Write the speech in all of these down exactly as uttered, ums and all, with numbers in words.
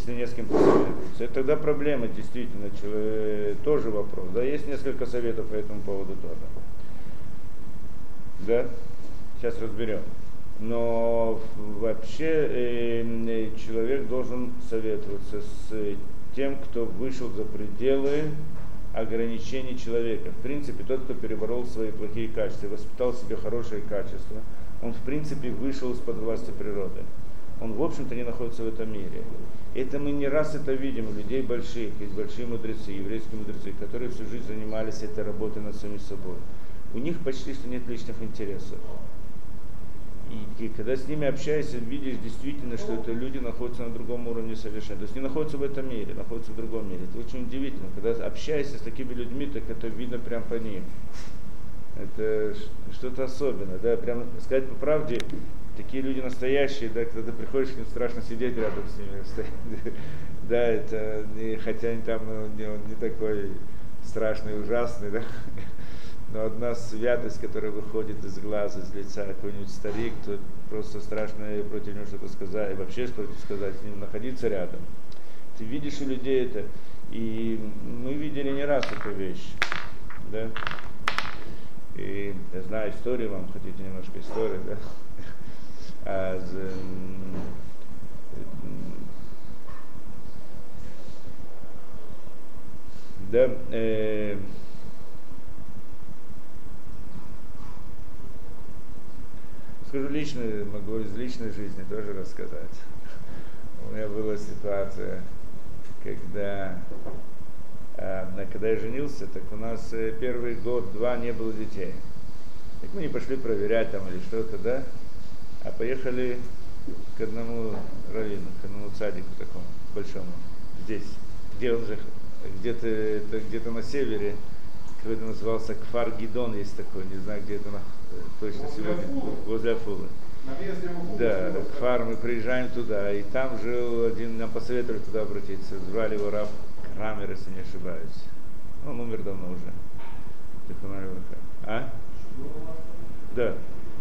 если не с кем посоветоваться. Это тогда проблема, действительно, человек, тоже вопрос. Да, есть несколько советов по этому поводу тоже. Да, сейчас разберем. Но вообще э, человек должен советоваться с тем, кто вышел за пределы ограничений человека. В принципе, тот, кто переборол свои плохие качества, воспитал в себе хорошие качества, он в принципе вышел из-под власти природы. Он, в общем-то, не находится в этом мире. Это мы не раз это видим у людей больших, есть большие мудрецы, еврейские мудрецы, которые всю жизнь занимались этой работой над самим собой. У них почти что нет личных интересов. И, и когда с ними общаешься, видишь действительно, что это люди находятся на другом уровне совершенно. То есть не находятся в этом мире, находятся в другом мире. Это очень удивительно. Когда общаешься с такими людьми, так это видно прям по ним. Это что-то особенное. Да? Прям сказать по правде, такие люди настоящие, да, когда ты приходишь к ним, страшно сидеть рядом с ними. Да, это не, хотя они там ну, не, он не такой страшный, ужасный, да. Но одна святость, которая выходит из глаз, из лица, какой-нибудь старик, то просто страшно против него что-то сказать, и вообще что-то сказать, с ним находиться рядом. Ты видишь у людей это, и мы видели не раз эту вещь, да. И я знаю историю, вам хотите немножко истории, да. А, да, э, скажу личную, могу из личной жизни тоже рассказать. У меня была ситуация, когда, э, когда я женился, так у нас первый год-два не было детей. Так мы не пошли проверять там или что-то, да, а поехали к одному раввину, к одному цадику такому большому, здесь, где он же, где-то, это, где-то на севере, какой-то назывался Кфар Гидон, есть такой, не знаю, где это точно возле сегодня, Афулы. возле Афулы. Да, Кфар, мы приезжаем туда, и там жил один, нам посоветовали туда обратиться, звали его Рав Крамер, если не ошибаюсь. Он умер давно уже. А? Да.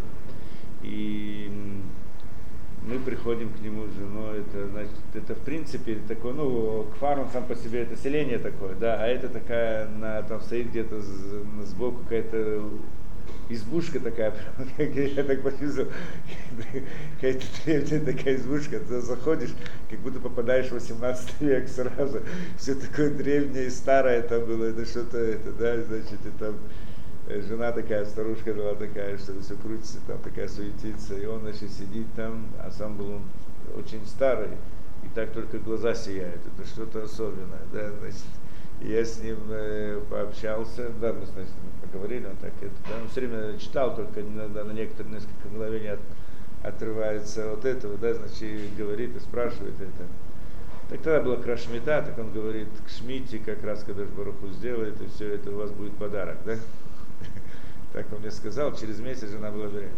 И мы приходим к нему с женой, это, значит, это в принципе такое, ну, Кфар, он сам по себе, это селение такое, да, а это такая, на, там стоит где-то сбоку какая-то избушка такая, я так почувствовал, какая-то древняя такая избушка, ты заходишь, как будто попадаешь в восемнадцатый век сразу, все такое древнее и старое там было, это что-то, это, да, значит, и там жена такая, старушка была такая, что все крутится, там такая суетится, и он, значит, сидит там, а сам был он очень старый, и так только глаза сияют, это что-то особенное, да, значит. И я с ним э, пообщался, да, мы, значит, поговорили, он так, это, да, он все время читал, только иногда на некоторые несколько мгновений от, отрывается от этого, да, значит, и говорит, и спрашивает это. Так тогда была крашмита, так он говорит, к шмите как раз, когда Баруху сделает, и все это у вас будет подарок, да? Так он мне сказал, через месяц жена была беременна.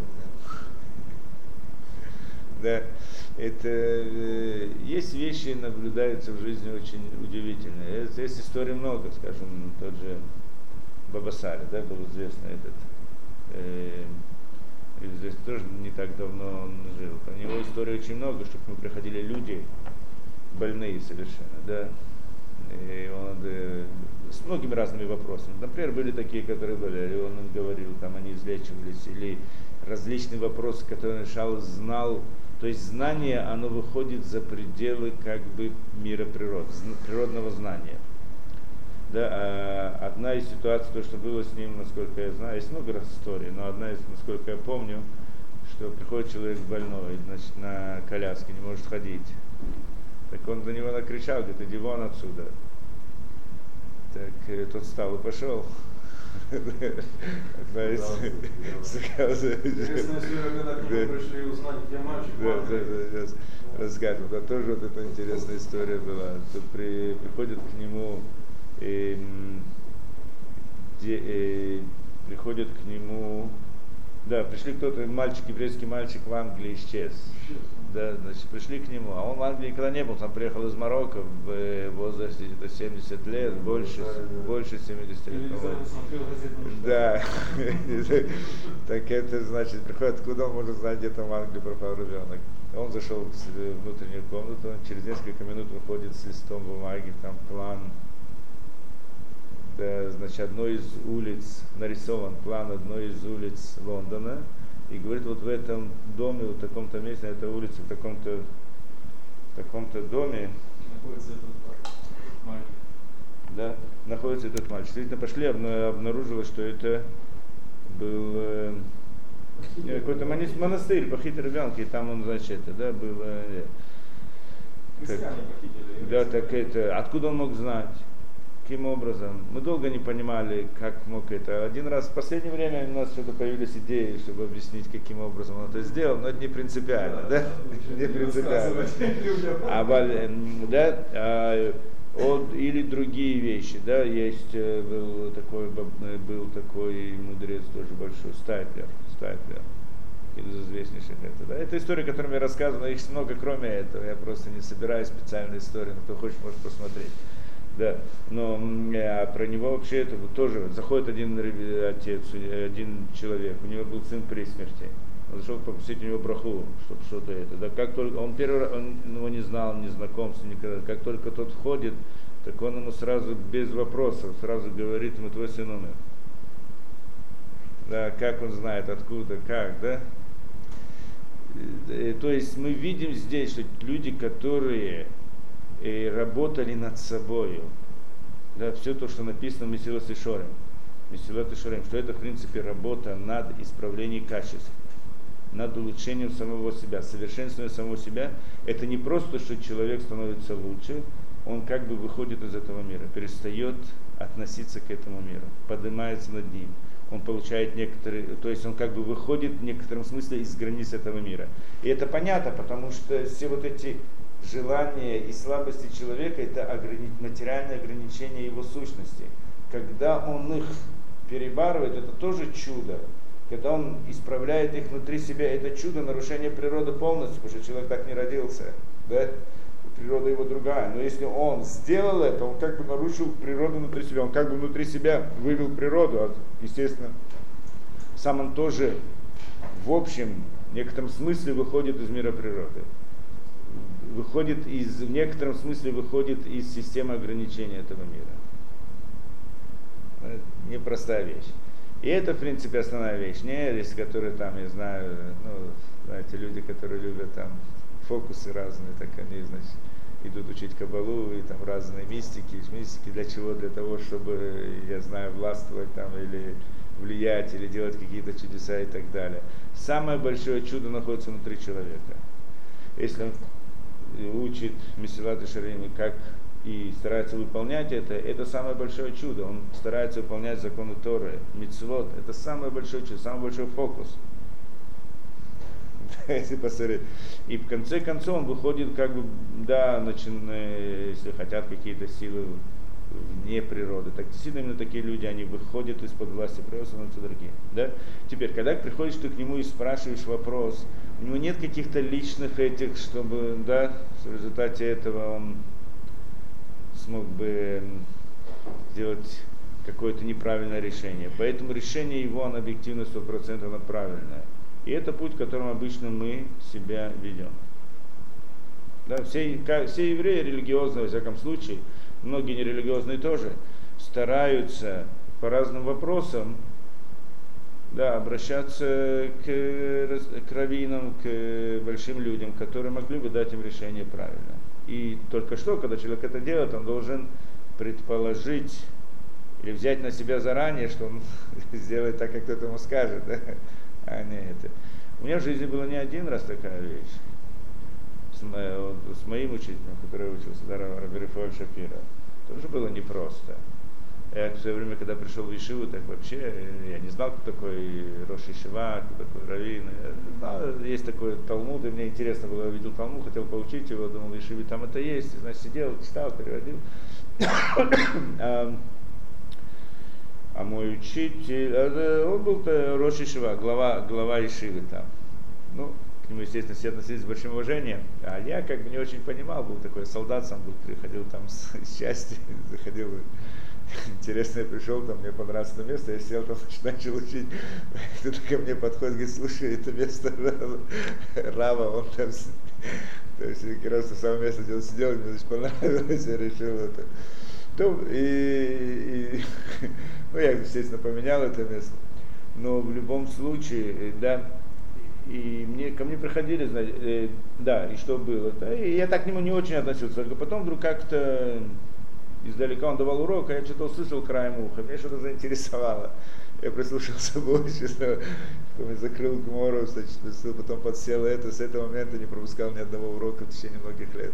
Да, это э, есть вещи, наблюдаются в жизни очень удивительные. Есть историй много, скажем, тот же Бабасари, да, был известный этот, э, здесь тоже не так давно он жил. Про него историй очень много, чтобы к нему приходили люди больные совершенно, да, и он э, с многими разными вопросами. Например, были такие, которые болели, он им говорил, там они излечивались, или различные вопросы, которые он решал, знал. То есть знание, оно выходит за пределы как бы мира природы, природного знания. Да, а одна из ситуаций, то, что было с ним, насколько я знаю, есть много раз историй, но одна из, насколько я помню, что приходит человек больной, значит, на коляске, не может ходить. Так он до него накричал, говорит, иди вон отсюда. Так э, тот встал и пошел. Интересная история, когда к нему пришли узнать, где мальчик. Да, да, да, сейчас расскажем. Да, тоже вот эта интересная история была. Тут при, приходит к нему, э, де, э, приходит к нему, да, пришли кто-то, мальчик, еврейский мальчик в Англии исчез. Да, значит, пришли к нему, а он в Англии никогда не был, он приехал из Марокко в возрасте где-то семьдесят лет, больше, больше семидесяти лет, по-моему. Да, так это значит, приходит, откуда он может знать, где там в Англии пропал ребенок. Он зашел в внутреннюю комнату, он через несколько минут выходит с листом бумаги, там план, да, значит, одной из улиц, нарисован план одной из улиц Лондона, и говорит, вот в этом доме, в таком-то месте, на этой улице, в таком-то, в таком-то доме находится этот мальчик. Да, находится этот мальчик. Действительно, пошли, обнаружилось, что это был э, какой-то монастырь, похитили ребенка, и там он, значит, это, да, был... Э, как, да, так это, откуда он мог знать? Каким образом? Мы долго не понимали, как мог это. Один раз в последнее время у нас что-то появились идеи, чтобы объяснить, каким образом он это сделал, но это не принципиально, да? да? Не принципиально. А, да, а, от, или другие вещи, да, есть был такой, был такой мудрец тоже большой, Стайплер, Стайплер, из известнейших это, да. Это история, которую я рассказывал, их много кроме этого, я просто не собираю специальные истории, но кто хочет, может посмотреть. Да, но а про него вообще это тоже заходит один отец, один человек, у него был сын при смерти. Он зашел попросить у него браху, чтобы что-то это. Да, как только он первый раз, он его не знал, не знаком с ним никогда. Как только тот входит, так он ему сразу без вопросов сразу говорит ему: твой сын умер. Да, как он знает, откуда, как, да? То есть мы видим здесь, что люди, которые и работали над собой, да, все то, что написано в Месилот Ишорим, Месилот Ишорим, что это в принципе работа над исправлением качеств, над улучшением самого себя, совершенствованием самого себя. Это не просто, что человек становится лучше, он как бы выходит из этого мира, перестает относиться к этому миру, поднимается над ним, он получает некоторые, то есть он как бы выходит в некотором смысле из границ этого мира. И это понятно, потому что все вот эти желания и слабости человека — это ограни... материальное ограничение его сущности. Когда он их перебарывает, это тоже чудо. Когда он исправляет их внутри себя, это чудо, нарушение природы полностью, потому что человек так не родился. Да? Природа его другая. Но если он сделал это, он как бы нарушил природу внутри себя, он как бы внутри себя вывел природу. А, естественно, сам он тоже в общем, в некотором смысле выходит из мира природы. Выходит из, в некотором смысле выходит из системы ограничения этого мира. Это непростая вещь. И это, в принципе, основная вещь. Не есть, которые там, я знаю, ну, знаете, люди, которые любят там фокусы разные, так они, значит, идут учить кабалу и там разные мистики. Мистики для чего? Для того, чтобы, я знаю, властвовать там или влиять, или делать какие-то чудеса и так далее. Самое большое чудо находится внутри человека. Если он учит Месилат Ишорим, как и старается выполнять это, это самое большое чудо. Он старается выполнять законы Торы, мицвот. Это самое большое чудо, самый большой фокус. Если посмотреть. И в конце концов он выходит, как бы, да, начин, если хотят какие-то силы вне природы. Так действительно именно такие люди, они выходят из-под власти природы, становятся другие. Да? Теперь, когда приходишь ты к нему и спрашиваешь вопрос, у него нет каких-то личных этих, чтобы, да, в результате этого он смог бы сделать какое-то неправильное решение. Поэтому решение его, оно объективно сто процентов правильное. И это путь, которым обычно мы себя ведем. Да, все, все евреи религиозные, во всяком случае, многие нерелигиозные тоже, стараются по разным вопросам, да, обращаться к, к раввинам, к большим людям, которые могли бы дать им решение правильно. И только что, когда человек это делает, он должен предположить или взять на себя заранее, что он сделает так, как кто-то ему скажет. Да? А не это. У меня в жизни была не один раз такая вещь. С, мо, с моим учителем, который учился, да, Раби Рифаэль Шапира. Тоже было непросто. Я в свое время, когда пришел в Ешиву, так вообще я не знал, кто такой Рош Ешива, кто такой раввин. Знал, есть такой Талмуд, и мне интересно было, я увидел Талмуд, хотел поучить его, думал, в Ешиве там это есть, и, значит, сидел, читал, переводил. а, а мой учитель, он был Рош Ешива, глава, глава Ешивы там. Ну, к нему, естественно, все относились с большим уважением, а я как бы не очень понимал, был такой солдат, сам был, приходил там с счастья, заходил. Интересно, я пришел, там мне понравилось это место, я сел там, начал учить. Кто-то ко мне подходит, говорит, слушай, это место Рава, он там То есть как раз на самом месте, где он сидел, мне значит, понравилось, я решил это. То, и, и, ну, я, естественно, поменял это место. Но в любом случае, да, и мне, ко мне приходили, знаете, э, да, и что было. Да, и я так к нему не очень относился. Только потом вдруг как-то издалека он давал урок, а я что-то услышал краем уха, меня что-то заинтересовало. Я прислушался больше, что, потом я закрыл гмору, значит, потом подсел это, с этого момента не пропускал ни одного урока в течение многих лет.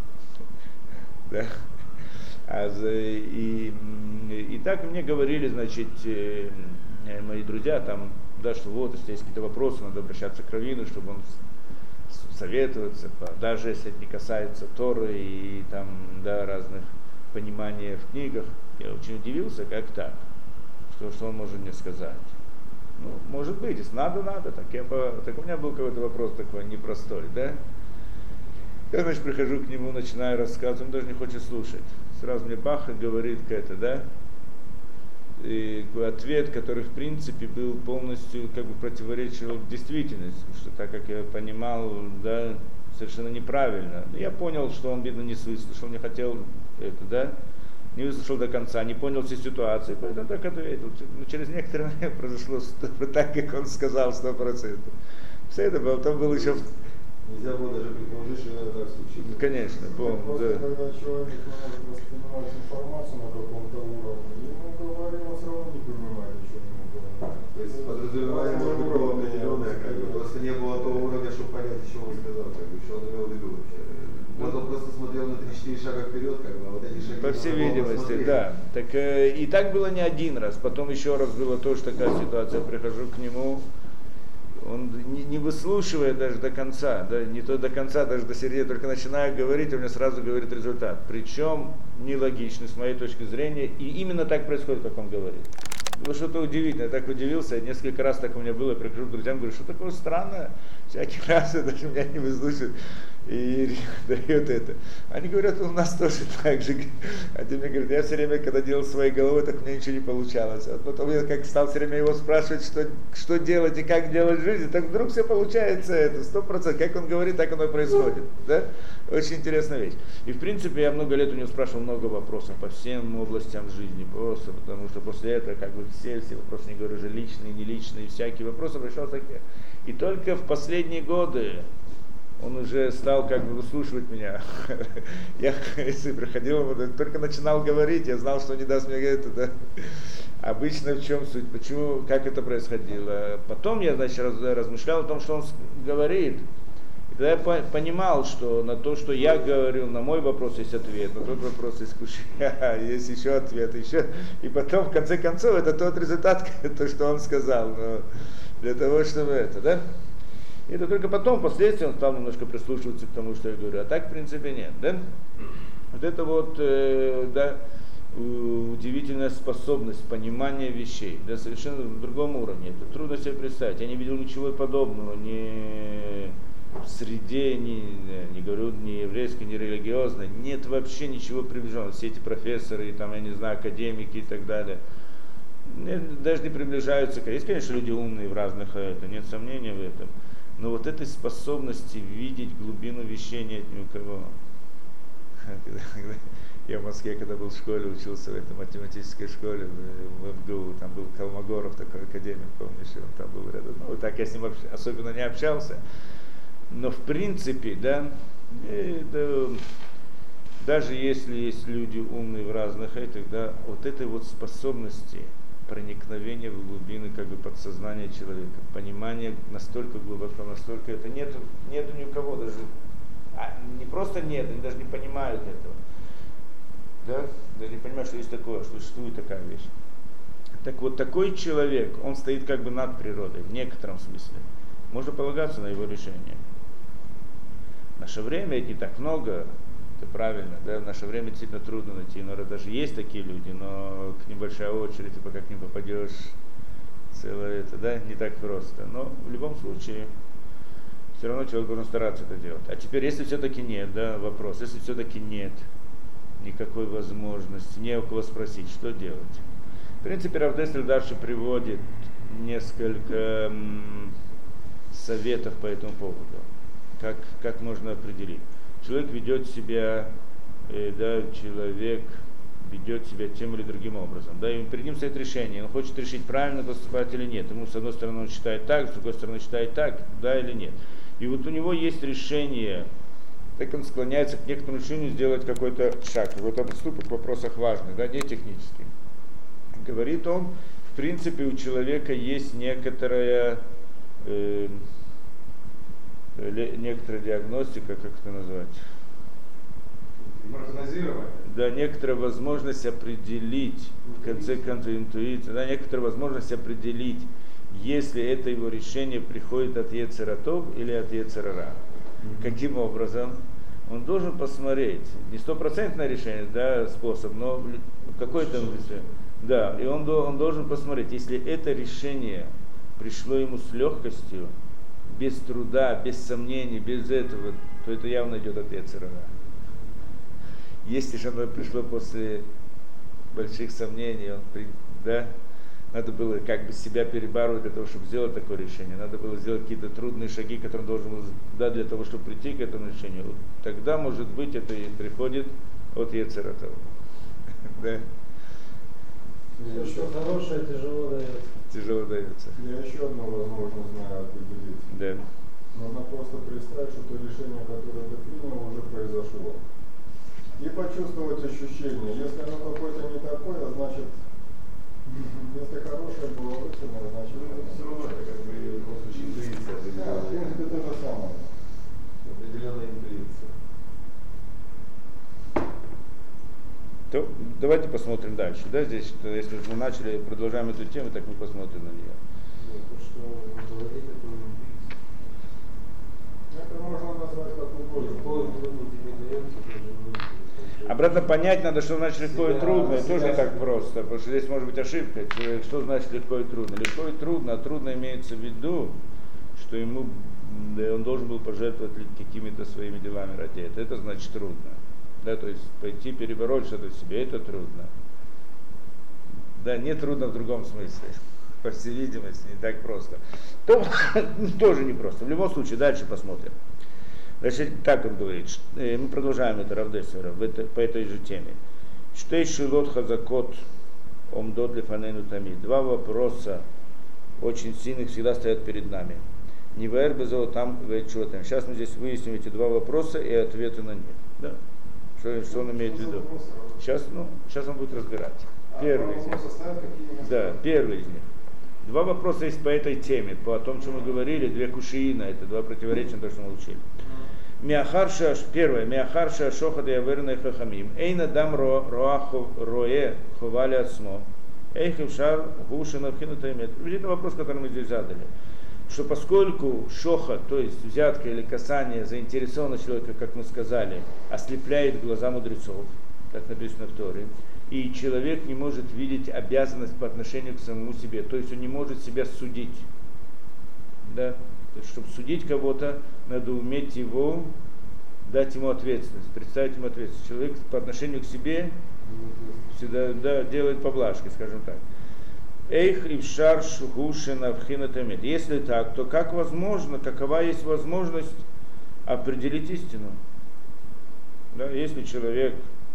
Да. А, и, и так мне говорили, значит, мои друзья, там, да, что вот, если есть какие-то вопросы, надо обращаться к раввину, чтобы он советуется, даже если это не касается Торы и там, да, разных пониманий в книгах. Я очень удивился, как так, что, что он может мне сказать. Ну, может быть, если надо, надо. Так, я, так у меня был какой-то вопрос такой непростой, да? Я, значит, прихожу к нему, начинаю рассказывать, он даже не хочет слушать. Сразу мне бах и говорит это, да? И ответ, который в принципе был полностью как бы противоречил действительности, что так как я понимал, да, совершенно неправильно. Я понял, что он, видно, не слышал, что он не хотел это, да, не выслушал до конца, не понял всей ситуации, поэтому так ответил. Но через некоторое время произошло так, как он сказал, сто процентов. Все это было, там был еще... Нельзя было даже предположить, что это так случится. Конечно, помню, просто, да. Когда человек не может воспринимать информацию на каком-то уровне, ему говорил, все равно не понимает, о чем ему говорят. То есть подразумевание может быть было определенное, как бы, просто не было того уровня, чтобы понять, что он сказал, как бы, что он имел в виду вообще. Вот он просто смотрел на три-четыре шага вперед, как бы, а вот эти шаги... По всей видимости, да. Так, э, и так было не один раз, потом еще раз было тоже такая ситуация, я прихожу к нему, он не, не выслушивая даже до конца, да, не то до конца, даже до середины, только начинаю говорить, он мне сразу говорит результат. Причем нелогичный с моей точки зрения, и именно так происходит, как он говорит. Было что-то удивительное, я так удивился, я несколько раз так у меня было, я прихожу к друзьям, говорю, что такое странное, всякий раз даже меня не выслушивают и дает это. Они говорят, у нас тоже так же. А те мне говорят, я все время, когда делал своей головой, так у меня ничего не получалось. А потом я как стал все время его спрашивать, что, что делать и как делать в жизни, так вдруг все получается это, сто процентов. Как он говорит, так оно и происходит. Да? Очень интересная вещь. И в принципе я много лет у него спрашивал много вопросов по всем областям жизни, просто потому что после этого как бы все, все вопросы, не говорю уже личные, не личные, всякие вопросы обращался к нему. И только в последние годы он уже стал как бы выслушивать меня. Я, если приходил, только начинал говорить, я знал, что не даст мне это. Да. Обычно в чем суть, почему, как это происходило. Потом я, значит, размышлял о том, что он говорит. И тогда я понимал, что на то, что я говорю, на мой вопрос есть ответ, на тот вопрос есть кушая, есть еще ответ, еще. И потом, в конце концов, это тот результат, то, что он сказал. Но для того, чтобы это, да? И это только потом, впоследствии он стал немножко прислушиваться к тому, что я говорю. А так, в принципе, нет, да? Вот это вот, э, да, удивительная способность понимания вещей, да, совершенно на другом уровне. Это трудно себе представить. Я не видел ничего подобного ни в среде, ни, не говорю, ни еврейской, ни религиозной. Нет вообще ничего приближенного. Все эти профессоры, там, я не знаю, академики и так далее, даже не приближаются. Есть, конечно, люди умные в разных, это, нет сомнений в этом. Но вот этой способности видеть глубину вещей нет ни у кого. Я в Москве, когда был в школе, учился в этой математической школе, в эм гэ у, там был Колмогоров, такой академик, помнишь, он там был рядом. Ну, так я с ним особенно не общался. Но в принципе, да, это, даже если есть люди умные в разных этих, да, вот этой вот способности проникновение в глубины как бы подсознания человека, понимание настолько глубоко, настолько это нет, нету ни у кого даже, а, не просто нет, они даже не понимают этого, да, даже не понимают, что есть такое, что существует такая вещь. Так вот такой человек, он стоит как бы над природой в некотором смысле, можно полагаться на его решение. В наше время это не так много. Это правильно, да, в наше время действительно трудно найти, но даже есть такие люди, но к ним большая очередь, и пока к ним попадешь, целое это, да, не так просто. Но в любом случае, все равно человек должен стараться это делать. А теперь, если все-таки нет, да, вопрос, если все-таки нет никакой возможности, не у кого спросить, что делать? В принципе, Рав Деслер дальше приводит несколько м, советов по этому поводу. как, как можно определить? Человек ведет себя, э, да, человек ведет себя тем или другим образом. Да, и перед ним стоит решение, он хочет решить, правильно поступать или нет. Ему с одной стороны он считает так, с другой стороны считает так, да или нет. И вот у него есть решение, так он склоняется к некоторому решению сделать какой-то шаг, какой-то поступок в вопросах важных, да, не технических. Говорит он, в принципе, у человека есть некоторая, э, некоторая диагностика, как это назвать? Прогнозировать? Да, некоторая возможность определить, в конце концов, интуиция, да, некоторая возможность определить, если это его решение приходит от Йецер ха-Тов или от Йецер ха-Ра. Mm-hmm. Каким образом? Он должен посмотреть, не стопроцентное решение, да, способ, но какой-то решение. Да, и он, он должен посмотреть, если это решение пришло ему с легкостью, без труда, без сомнений, без этого, то это явно идет от Йецер ха-Ра. Если же оно пришло после больших сомнений, он, да, надо было как бы себя перебарывать для того, чтобы сделать такое решение. Надо было сделать какие-то трудные шаги, которые он должен был дать для того, чтобы прийти к этому решению. Вот тогда, может быть, это и приходит от Йецер ха-Тов. Да? Все, что хорошее, тяжело дается. Тяжело дается. Я еще одну возможность знаю определить. Да. Нужно просто представить, что то решение, которое ты принял, уже произошло. И почувствовать ощущение. Если оно какое-то не такое, значит, если хорошее было высказано, значит, ну, все равно это как бы в любом случае интуиция. Да, в принципе, то же самое. Определенная интуиция. То давайте посмотрим дальше. Да, здесь, если мы начали, продолжаем эту тему, так мы посмотрим на нее. Ну, то, что он говорит, это интуиция. Это можно назвать как угодно. Легко и трудно тебе дается, даже не. Обратно понять надо, что значит легко и Себя- трудно, и себя тоже не так себя. просто, потому что здесь может быть ошибка. Человек, что значит легко и трудно? Легко и трудно, а трудно имеется в виду, что ему, да, он должен был пожертвовать какими-то своими делами ради этого. Это значит трудно. Да, то есть пойти перебороть что-то в себе, это трудно. Да, не трудно в другом смысле. По всей видимости, не так просто. То, тоже не просто. В любом случае, дальше посмотрим. Значит, так он говорит, мы продолжаем это Рав Дессера по этой же теме. Штей шилот хазакот омдот лефанейну тамид. Два вопроса очень сильных всегда стоят перед нами. Ниваэр безо там вечотем. Сейчас мы здесь выясним эти два вопроса и ответы на них. Да. Что, что он имеет в виду? Сейчас, ну, сейчас он будет разбирать. Первый из них. Да, первый из них. Два вопроса есть по этой теме, по том, что мы говорили, две кушиина, это два противоречия, то, что мы учили. Миахарша, первое, Миахарша шохада яверна хахамим, эйна дам роахов роэ ховали отсмо, эйхевшар гушина вхинутаймет. Это вопрос, который мы здесь задали. Что поскольку шоха, то есть взятка или касание заинтересованного человека, как мы сказали, ослепляет глаза мудрецов, как написано в Торе, и человек не может видеть обязанность по отношению к самому себе, то есть он не может себя судить. Да? То есть, чтобы судить кого-то, надо уметь его, дать ему ответственность, представить ему ответственность. Человек по отношению к себе всегда, да, делает поблажки, скажем так. Эйх и вшар шухушина вхинатамид. Если так, то как возможно, какова есть возможность определить истину? Да, если человек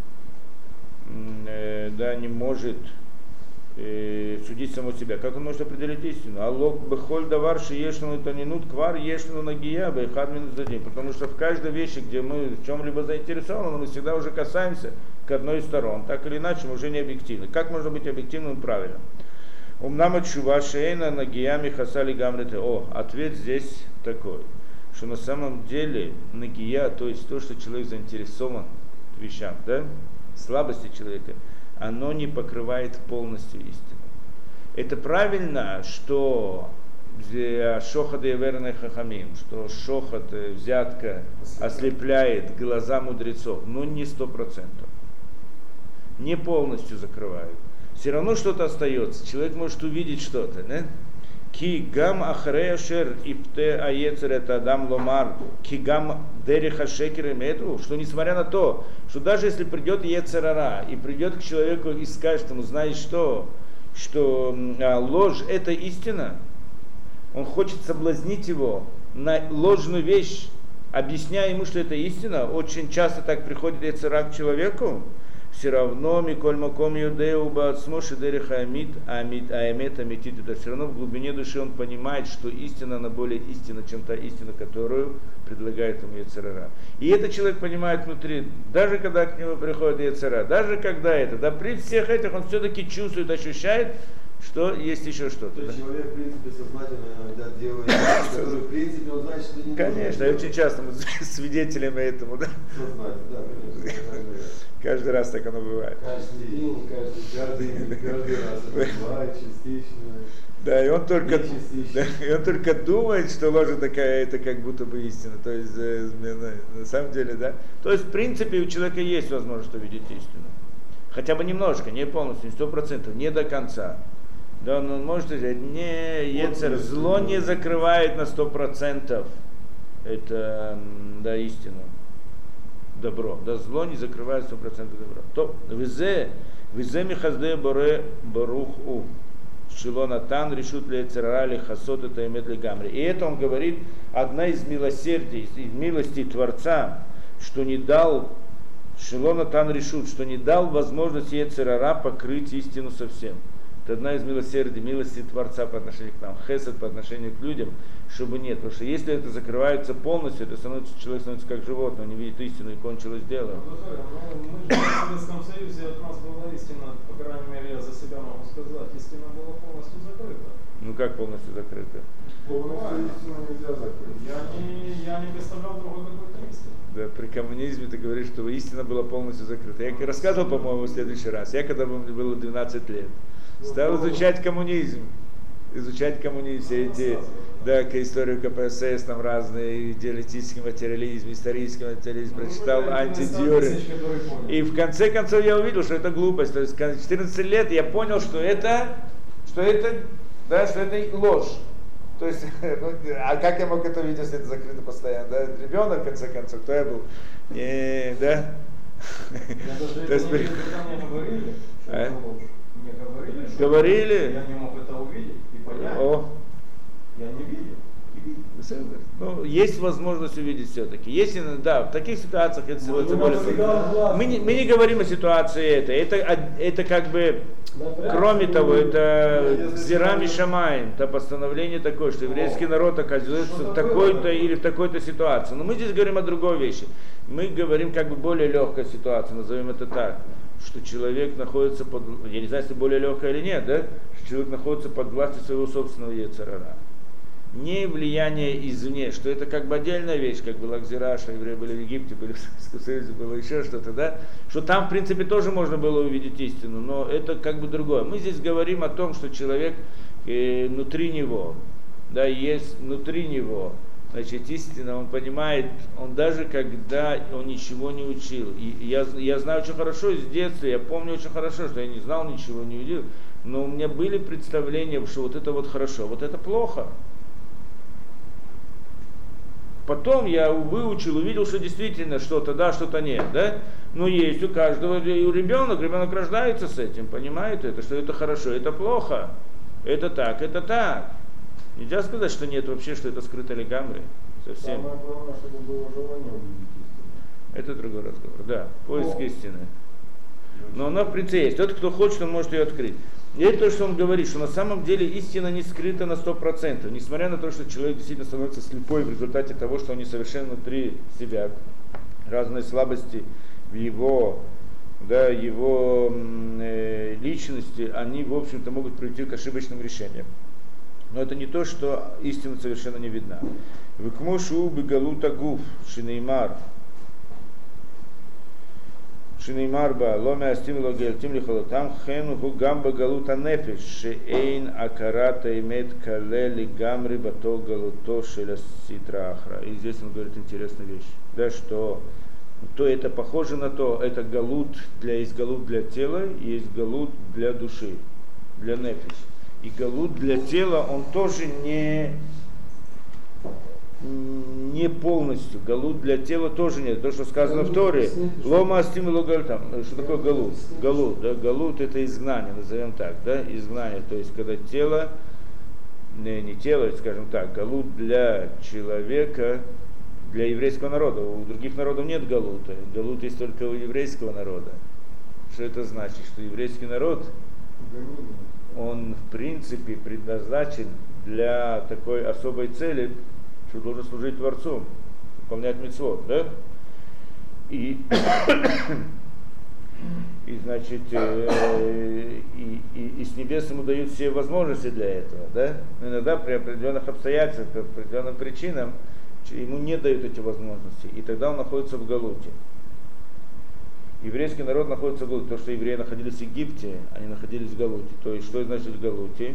э, да, не может э, судить самого себя, как он может определить истину? Аллох бехоль давар шиешну танинут квар ешну нагия бехад минус дадим. Потому что в каждой вещи, где мы в чем-либо заинтересованы, мы всегда уже касаемся к одной из сторон. Так или иначе, мы уже не объективны. Как можно быть объективным и правильным? Умнама чува шейна нагиями хасали гамрите. О, ответ здесь такой, что на самом деле нагия, то есть то, что человек заинтересован в вещах, да, слабости человека, оно не покрывает полностью истину. Это правильно, что шохат и верный хахамим, что шохат, взятка ослепляет глаза мудрецов, но не сто процентов, не полностью закрывает. Все равно что-то остается, человек может увидеть что-то, да? Ки гам ахреашер ипте аецер это адам ломар, ки гам дериха шекер метру, что несмотря на то, что даже если придет Йецер ха-Ра и придет к человеку и скажет ему, знаешь что, что а, ложь это истина, он хочет соблазнить его на ложную вещь, объясняя ему, что это истина, очень часто так приходит йецер ара к человеку, все равно Миколь Маком Юдеу Баацмоши Дереха Амит, Амит, Аэмет Амитит, это все равно в глубине души он понимает, что истина, она более истинна, чем та истина, которую предлагает ему йецер ара. И этот человек понимает внутри, даже когда к нему приходит йецер ара, даже когда это, да, при всех этих он все-таки чувствует, ощущает, что есть еще что-то. То есть Да? человек, в принципе, сознательно иногда делает, который, в принципе, он знает, что не Конечно, и очень часто мы свидетелями этому, да? Сознательно, да, конечно. Каждый раз так оно бывает. Каждый день, каждый, каждый, каждый раз. Это бывает частично. Да, и он только, частично. да, и он только думает, что ложь такая, это как будто бы истина. То есть, э, на, на самом деле, да. То есть, в принципе, у человека есть возможность увидеть истину. Хотя бы немножко, не полностью, не сто процентов, не до конца. Да, но он может сказать, не, йецер, зло не закрывает на сто процентов это, да, истину. Добро. Да, зло не закрывает сто процентов добро. То, визе, визе михазде боре баруху, шилонатан решут ли церали хасот это имет ли гамри. И это он говорит, одна из милосердий, из милостей Творца, что не дал, шилонатан решут, что не дал возможность йецер ара покрыть истину совсем. Это одна из милосердий, милости Творца по отношению к нам, хесед по отношению к людям, чтобы нет. Потому что если это закрывается полностью, это становится, человек становится как животное, он не видит истину и кончилось дело. Ну, мы же в Советском Союзе от нас была истина, по крайней мере, я за себя могу сказать, истина была полностью закрыта. Ну как полностью закрыта? Полностью истину нельзя закрыть. Я не, я не представлял другой какой-то истины. Да, при коммунизме ты говоришь, что истина была полностью закрыта. Я рассказывал, по-моему, в следующий раз. Я когда мне было двенадцать лет, стал изучать коммунизм. Изучать коммунизм, все эти, да, к историю ка пэ эс эс, там разные, диалектический материализм, исторический материализм, прочитал антидюрин. И в конце концов я увидел, что это глупость. То есть в четырнадцать лет я понял, что это, что это, да, что это ложь. То есть, ну, а как я мог это видеть, если это закрыто постоянно? Да? Ребенок, в конце концов, кто я был? Не, да? То есть, мне говорили, что это ложь. Мне говорили, что Говорили? я не мог это увидеть и понять. О. Я не видел. Ну, есть возможность увидеть все-таки. Если, да, в таких ситуациях это Ну, тем более. Мы не, мы не говорим о ситуации этой. Это, это как бы, кроме того, это зирами шамаем, это постановление такое, что еврейский народ оказывается в такой-то или в такой-то ситуации. Но мы здесь говорим о другой вещи. Мы говорим как бы более легкой ситуации, назовем это так. Что человек находится под, я не знаю, если более легкое или нет, да, что человек находится под властью своего собственного йецер ара. Не влияние извне, что это как бы отдельная вещь, как была Гзира, что евреи были в Египте, были в Советском Союзе, было еще что-то, да, что там, в принципе, тоже можно было увидеть истину, но это как бы другое. Мы здесь говорим о том, что человек э, внутри него, да, есть внутри него, значит, истина, он понимает, он даже когда он ничего не учил. И я, я знаю очень хорошо с детства, я помню очень хорошо, что я не знал ничего, не видел, но у меня были представления, что вот это вот хорошо, вот это плохо. Потом я выучил, увидел, что действительно что-то да, что-то нет, да? Но есть у каждого, и у ребенка, ребенок рождается с этим, понимает это, что это хорошо, это плохо, это так, это так. Нельзя сказать, что нет вообще, что это скрыто легамри. Совсем. Самое главное, чтобы было желание увидеть истину. Это другой разговор, да, поиск О. истины. Но она в принципе есть. Тот, кто хочет, он может ее открыть. И это то, что он говорит, что на самом деле истина не скрыта на сто процентов, несмотря на то, что человек действительно становится слепой в результате того, что он несовершен внутри себя. Разные слабости в его, да, его э, личности, они, в общем-то, могут привести к ошибочным решениям. Но это не то, что истина совершенно не видна. Выкмошу бегалута гуф шинеймар. Шинеймар ба ломе астим логельтим лихолотам хену ху гамба галута нефиш шеэйн акарата имеет калели гамри бато галуто шеля ситра ахра. И здесь он говорит интересную вещь, да, что то это похоже на то, это галут для, есть галут для тела, есть галут для души, для нефиш. И галут для тела, он тоже не, не полностью. Галут для тела тоже нет. То, что сказано в Торе, лома астим и логаль там. Что такое галут? Галут, да, галут это изгнание, назовем так, да, изгнание. То есть, когда тело, не, не тело, скажем так, галут для человека, для еврейского народа. У других народов нет галута. Галут есть только у еврейского народа. Что это значит? Что еврейский народ, он в принципе предназначен для такой особой цели, что должен служить Творцу, выполнять мицвот, да? И, и значит, э, и, и, и с небес ему дают все возможности для этого, да? Но иногда при определенных обстоятельствах, по определенным причинам ему не дают эти возможности, и тогда он находится в галуте. Еврейский народ находится в галуте. То, что евреи находились в Египте, они находились в галуте. То есть, что значит в галуте?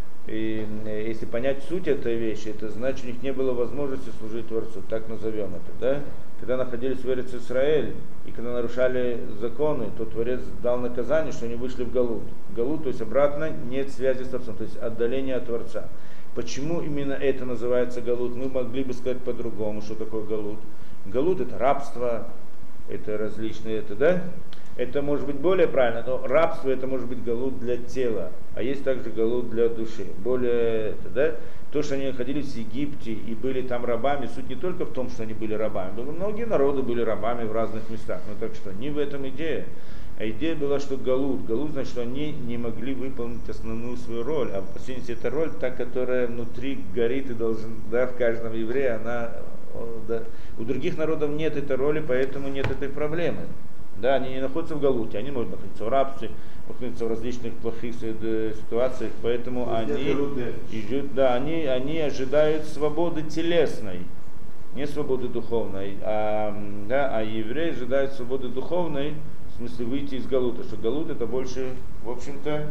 И если понять суть этой вещи, это значит, у них не было возможности служить Творцу, так назовем это, да? Когда находились в Эрец Исраэль, и когда нарушали законы, то Творец дал наказание, что они вышли в галут. Галут, то есть обратно, нет связи с Творцом, то есть отдаление от Творца. Почему именно это называется галут? Мы могли бы сказать по-другому, что такое галут. Галут это рабство, это различные, это, да? Это может быть более правильно, но рабство это может быть галут для тела, а есть также галут для души. Более, это, да? То, что они находились в Египте и были там рабами, суть не только в том, что они были рабами. Многие народы были рабами в разных местах, но так что не в этом идея. А идея была, что галут. Галут значит, что они не могли выполнить основную свою роль. А по сути это роль, та, которая внутри горит и должен, да, в каждом еврее, она, да. У других народов нет этой роли, поэтому нет этой проблемы. Да, они не находятся в галуте, они могут находиться в рабстве, находиться в различных плохих ситуациях, поэтому они, идут, да, они, они ожидают свободы телесной, не свободы духовной, а, да, а евреи ожидают свободы духовной, в смысле выйти из галута, что галут это больше, в общем-то,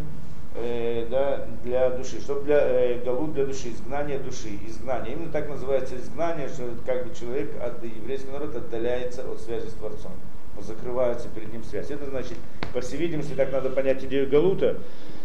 э, да, для души, что для, э, галут для души, изгнание души, изгнание, именно так называется изгнание, что как бы человек от еврейского народа отдаляется от связи с Творцом. Закрываются перед ним связь. Это значит, по всей видимости, так надо понять идею галута,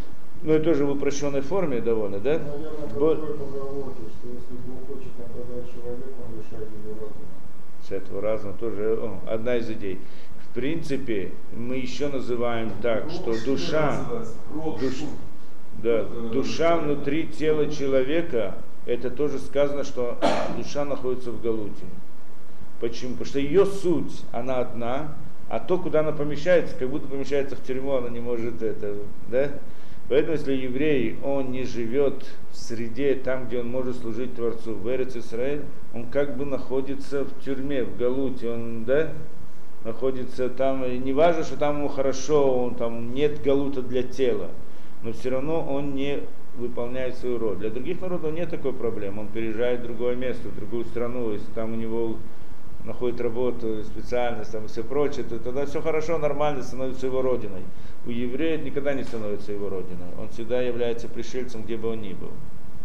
но это тоже в упрощенной форме довольно, да? Наверное, Бо... какой поговорки, что если Бог хочет наказать человека, он лишает его разума. С этого разума тоже о, одна из идей. В принципе, мы еще называем так, Рок, что душа, Рок, душ, да, душа внутри тела человека, это тоже сказано, что душа находится в галуте. Почему? Потому что ее суть, она одна, а то, куда она помещается, как будто помещается в тюрьму, она не может это, да? Поэтому, если еврей, он не живет в среде, там, где он может служить Творцу, в Эрец Исраэль, он как бы находится в тюрьме, в галуте, он, да, находится там, и не важно, что там ему хорошо, он, там нет галута для тела, но все равно он не выполняет свою роль. Для других народов нет такой проблемы, он переезжает в другое место, в другую страну, если там у него находит работу, специальность там, и все прочее, то тогда все хорошо, нормально, становится его родиной. У еврея никогда не становится его родиной. Он всегда является пришельцем, где бы он ни был.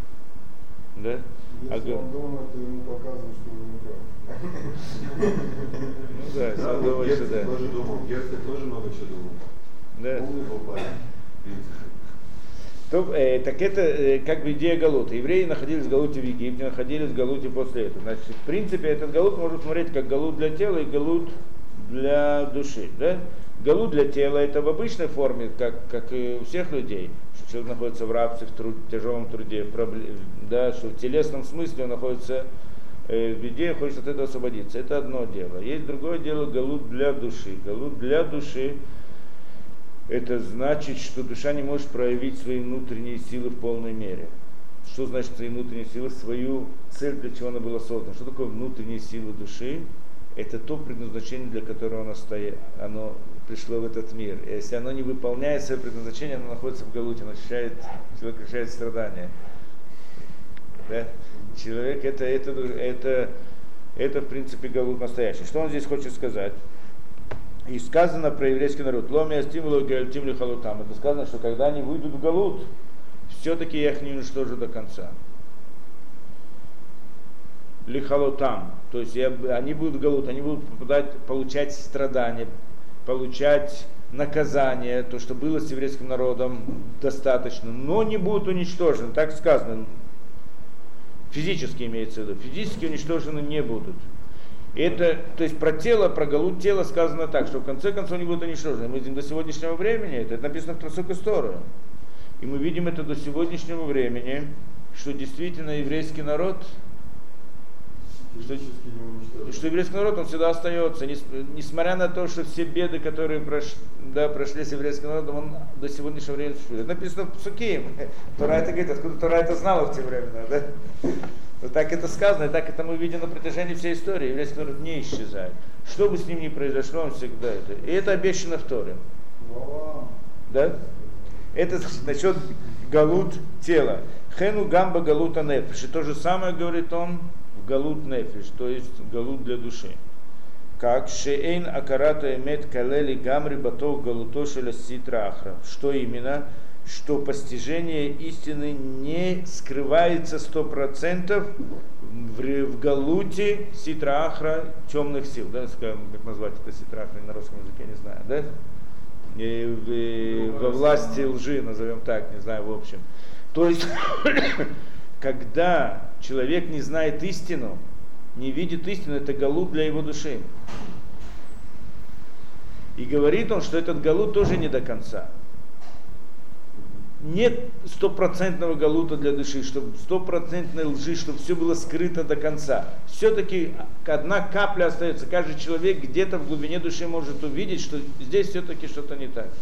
Да? Если а, он думает, то ему показывают, что он не прав. Ну да, если он думает, что да. Герцог тоже думал, Герцог тоже много чего думал. Да. Полный был парень, в принципе. То, э, так это э, как бы идея галута. Евреи находились в галуте в Египте, находились в галуте после этого. Значит, в принципе, этот галут можно смотреть как галут для тела и галут для души. Да? Галут для тела это в обычной форме, как, как и у всех людей, что человек находится в рабстве, в, труд, в тяжелом труде, в проблем, да, что в телесном смысле он находится э, в беде и хочет от этого освободиться. Это одно дело. Есть другое дело галут для души. Галут для души это значит, что душа не может проявить свои внутренние силы в полной мере. Что значит свои внутренние силы? Свою цель, для чего она была создана. Что такое внутренние силы души? Это то предназначение, для которого оно, стоит, оно пришло в этот мир. И если оно не выполняет свое предназначение, оно находится в галуте, оно ощущает, человек ощущает страдания. Да? Человек это, это, это, это в принципе галут настоящий. Что он здесь хочет сказать? И сказано про еврейский народ, ломия стимулу гальтим лихалутам. Это сказано, что когда они выйдут в галут, все-таки я их не уничтожу до конца. Лихалутам. То есть я, они будут в галут, они будут попадать, получать страдания, получать наказание, то, что было с еврейским народом, достаточно, но не будут уничтожены. Так сказано. Физически имеется в виду. Физически уничтожены не будут. Это, то есть про тело, про галут тела сказано так, что в конце концов они будут уничтожены. Мы видим до сегодняшнего времени, это, это написано в Трасук Историю. И мы видим это до сегодняшнего времени, что действительно еврейский народ, Что, Физически не уничтожить. что еврейский народ, он всегда остается, нес- несмотря на то, что все беды, которые прош, да, прошли с еврейским народом, он до сегодняшнего времени существует. Это написано в Псуким. Тора это говорит, откуда Тора это знала в те времена, да? Вот так это сказано, и так это мы видим на протяжении всей истории. Еврейский народ не исчезает. Что бы с ним ни произошло, он всегда это. И это обещано в Торе. Да? Это насчет галут тела. Хену гамба галута нефиш. И то же самое говорит он в галут нефиш, то есть галут для души. Как шеэйн акарата эмет калели гамри батох галуто шеля ситра ахра. Что именно? Что постижение истины не скрывается сто процентов в, в галуте ситра ахра темных сил. Да? Как назвать это ситра ахра на русском языке, не знаю. Да? И в, и во власти лжи, назовем так, не знаю, в общем. То есть, когда человек не знает истину, не видит истину, это галут для его души. И говорит он, что этот галут тоже не до конца. Нет стопроцентного галута для души, чтобы стопроцентной лжи, чтобы все было скрыто до конца. Все-таки одна капля остается. Каждый человек где-то в глубине души может увидеть, что здесь все-таки что-то не так.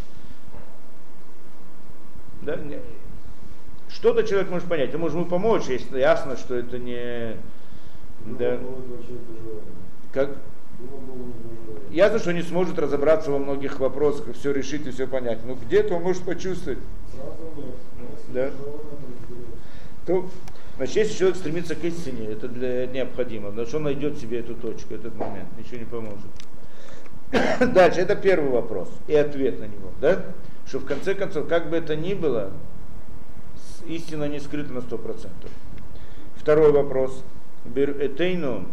Да? Что-то человек может понять, мы можем ему помочь, если ясно, что это не... Да. Как? Ясно, что не сможет разобраться во многих вопросах, все решить и все понять. Но где-то он может почувствовать. Да. То, значит, если человек стремится к истине, это для необходимо. Значит, он найдет себе эту точку, этот момент, ничего не поможет. Дальше, это первый вопрос и ответ на него. Да? Что в конце концов, как бы это ни было, истина не скрыта на сто процентов. Второй вопрос. Бир этейну,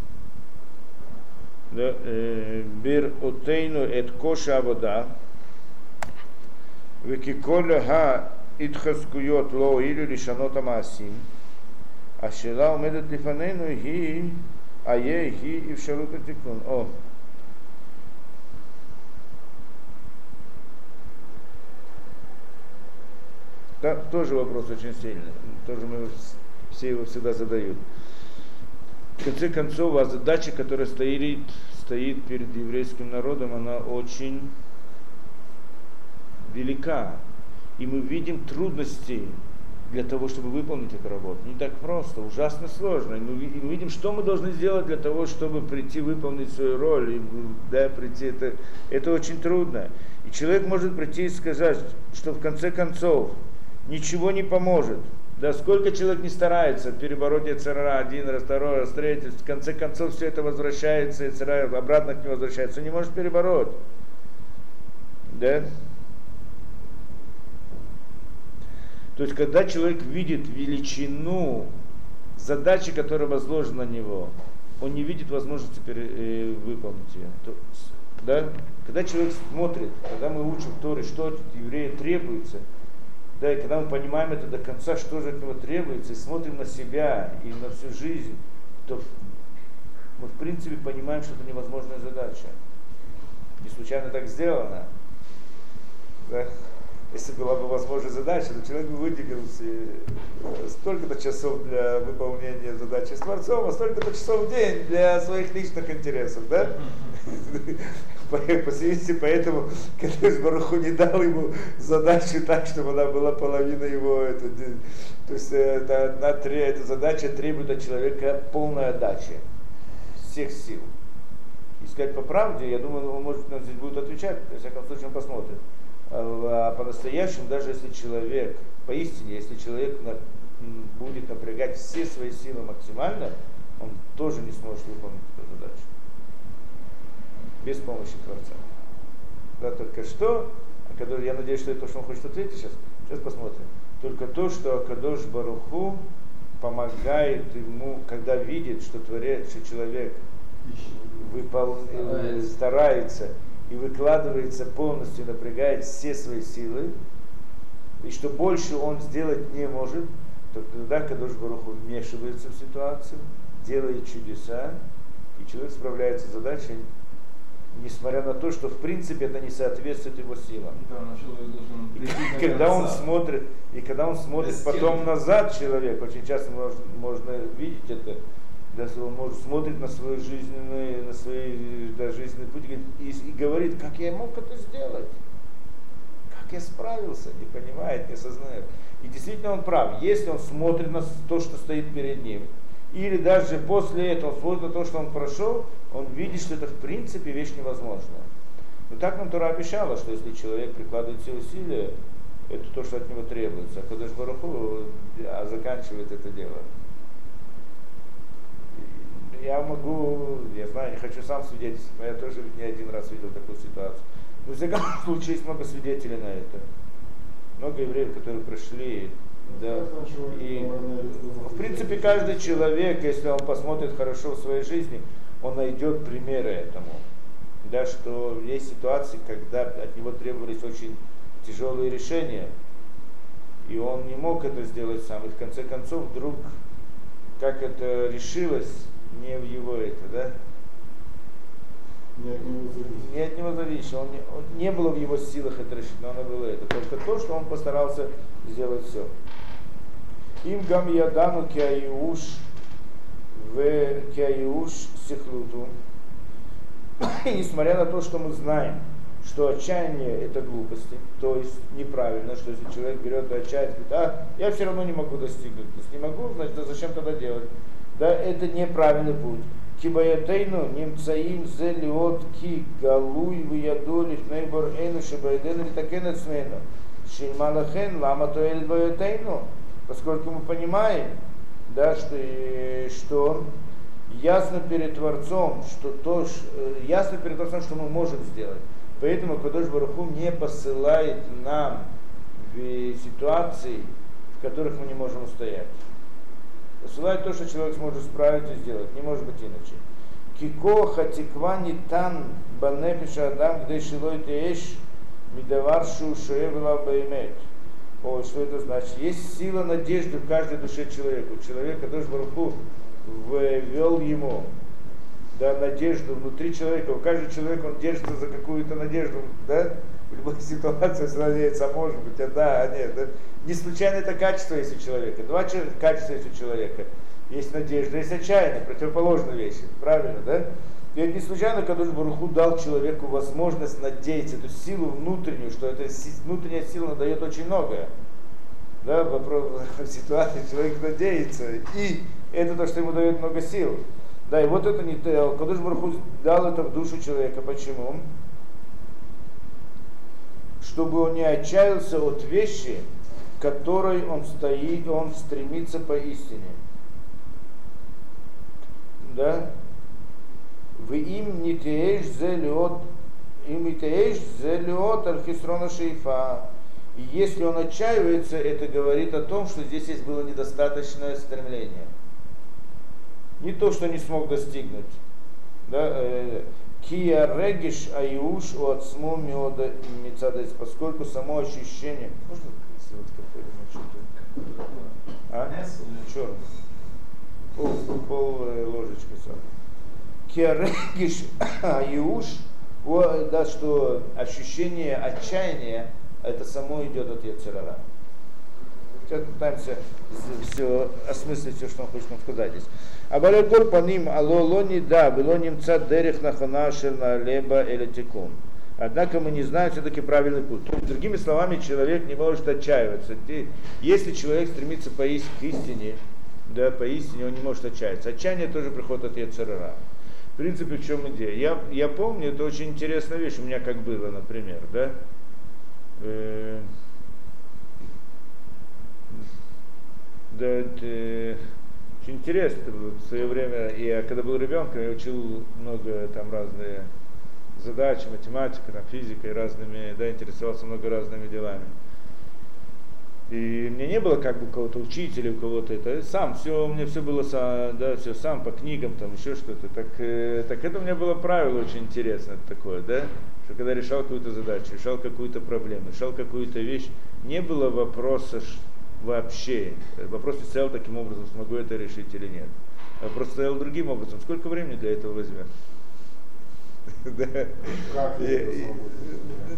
бир отейну эт коша авода, векиколя ха итхаскуйот ло илю лишанот амасим, а шела умедет лифанейну ги, а е ги и в шарут атикун. О. Да, тоже вопрос очень сильный. Тоже мы все его всегда задают. В конце концов, а задача, которая стоит, стоит перед еврейским народом, она очень велика. И мы видим трудности для того, чтобы выполнить эту работу. Не так просто, ужасно сложно. И мы видим, что мы должны сделать для того, чтобы прийти выполнить свою роль. И, да, прийти, это, это очень трудно. И человек может прийти и сказать, что в конце концов ничего не поможет. Да сколько человек не старается перебороть Йецер-Ара один раз, второй раз, третий, в конце концов все это возвращается, Йецер-Ара обратно к нему возвращается, он не может перебороть. Да? То есть, когда человек видит величину задачи, которая возложена на него, он не видит возможности пере, э, выполнить ее. То, да? Когда человек смотрит, когда мы учим в Торе, что от еврея требуется, да, и когда мы понимаем это до конца, что же от него требуется, и смотрим на себя и на всю жизнь, то мы в принципе понимаем, что это невозможная задача. Не случайно так сделано. Да? Если была бы возможная задача, то человек бы выделил столько-то часов для выполнения задачи с Творцом, а столько-то часов в день для своих личных интересов. Да? По связи, поэтому Кадош Барух Ху не дал ему задачу так, чтобы она была половина его. Это, то есть это, одна, эта задача требует от человека полной отдачи всех сил. И сказать по правде, я думаю, он может нам здесь будет отвечать, во всяком случае он посмотрит. А по-настоящему, даже если человек, поистине, если человек на, будет напрягать все свои силы максимально, он тоже не сможет выполнить эту задачу. Без помощи Творца. Да, только что, я надеюсь, что это то, что он хочет ответить сейчас, сейчас посмотрим. Только то, что Кадош Барух Ху помогает ему, когда видит, что, творец, что человек выпол... старается. старается и выкладывается полностью, напрягает все свои силы, и что больше он сделать не может, то тогда Кадош Барух Ху вмешивается в ситуацию, делает чудеса, и человек справляется с задачей, несмотря на то, что в принципе это не соответствует его силам. Да, и когда он смотрит, и когда он смотрит потом назад, человек, очень часто можно, можно видеть это, Да, он может смотрит на свой жизненный, на свой да, жизненный путь и, и говорит, как я мог это сделать, как я справился, не понимает, не осознает. И действительно он прав, если он смотрит на то, что стоит перед ним, или даже после этого он смотрит на то, что он прошел, он видит, что это в принципе вещь невозможная. Но так нам Тора обещала, что если человек прикладывает все усилия, это то, что от него требуется. А Кодеш Барух Ху а заканчивает это дело. Я могу, я знаю, не хочу сам свидетельствовать, но я тоже не один раз видел такую ситуацию. Но в всяком случае есть много свидетелей на это. Много евреев, которые прошли. Да. И, в принципе, каждый человек, если он посмотрит хорошо в своей жизни, он найдет примеры этому. Да, что есть ситуации, когда от него требовались очень тяжелые решения, и он не мог это сделать сам. И в конце концов, вдруг, как это решилось, не в его это, да? Не от него зависит. Не от него зависит. Он не, он, не было в его силах это решить, но оно было это. Только то, что он постарался сделать все. Им гам ядану киаюш в киаюш сихлуту. И несмотря на то, что мы знаем, что отчаяние это глупости, то есть неправильно, что если человек берет и отчаяние, говорит, а я все равно не могу достигнуть. То есть не могу, значит, а зачем тогда делать? Да, это неправильный путь. Кибаятейну немцаим зелиот ки галуй виядолив нейбор эйну шибаедену литакенет смейну. Шильмалахен лама тоэль баятейну. Поскольку мы понимаем, да, что, что ясно перед Творцом, что то, ясно перед Творцом, что мы можем сделать. Поэтому Кодеш Барух Ху не посылает нам в ситуации, в которых мы не можем устоять. Посылает то, что человек сможет справиться и сделать. Не может быть иначе. Кико хатиквани тан банепиша адам где шилой тееш мидаваршу шеевла баймет. Ой, что это значит? Есть сила надежды в каждой душе человека. Человек, Кодеш Барух Ху ввел ему, да, надежду внутри человека. Каждый человек, он держится за какую-то надежду, да? В любой ситуации надеется, а может быть, а да, а нет. Да? Не случайно это качество есть у человека. Два качества есть у человека. Есть надежда, есть отчаяние, противоположные вещи. Правильно, да? И это не случайно, когда Барух Ху дал человеку возможность надеяться, эту силу внутреннюю, что эта внутренняя сила дает очень многое. Да, вопрос в ситуации человек надеется, и это то, что ему дает много сил. Да, и вот это не то. Кодеш Барух Ху дал это в душу человека. Почему? Чтобы он не отчаялся от вещи, которой он стоит, он стремится по истине. Да? В им не теешь зелиот, им не теешь зелиот архисрона шейфа. И если он отчаивается, это говорит о том, что здесь есть было недостаточное стремление. Не то, что не смог достигнуть. Кия региш аюш от сму миода мицадес, поскольку само ощущение. Можно сделать какое-то? А? Черный. Пол, пол ложечки сам. Кия региш аюш, да, что ощущение отчаяния, это само идет от Йецер ара. Сейчас пытаемся все осмыслить, все, что он хочет нам сказать здесь. Абалякор по ним алолони да, было немца дерех нахана шерна леба или текун. Однако мы не знаем все-таки правильный путь. Другими словами, человек не может отчаиваться. Если человек стремится к истине, да, по истине он не может отчаяться. Отчаяние тоже приходит от Йецер ара. В принципе, в чем идея? Я, я помню, это очень интересная вещь, у меня как было, например, да. Э, да, это очень интересно. В свое время, я когда был ребенком, я учил много там разные задачи, математика, там, физика и разными, да, интересовался много разными делами. И мне не было как бы кого-то учителя, у кого-то это, сам, все, у меня все было, да, все сам, по книгам, там, еще что-то. Так, э, так это у меня было правило очень интересное такое, да, что когда решал какую-то задачу, решал какую-то проблему, решал какую-то вещь, не было вопроса вообще. Вопрос не стоял таким образом, смогу это решить или нет. Вопрос стоял другим образом, сколько времени для этого возьмет.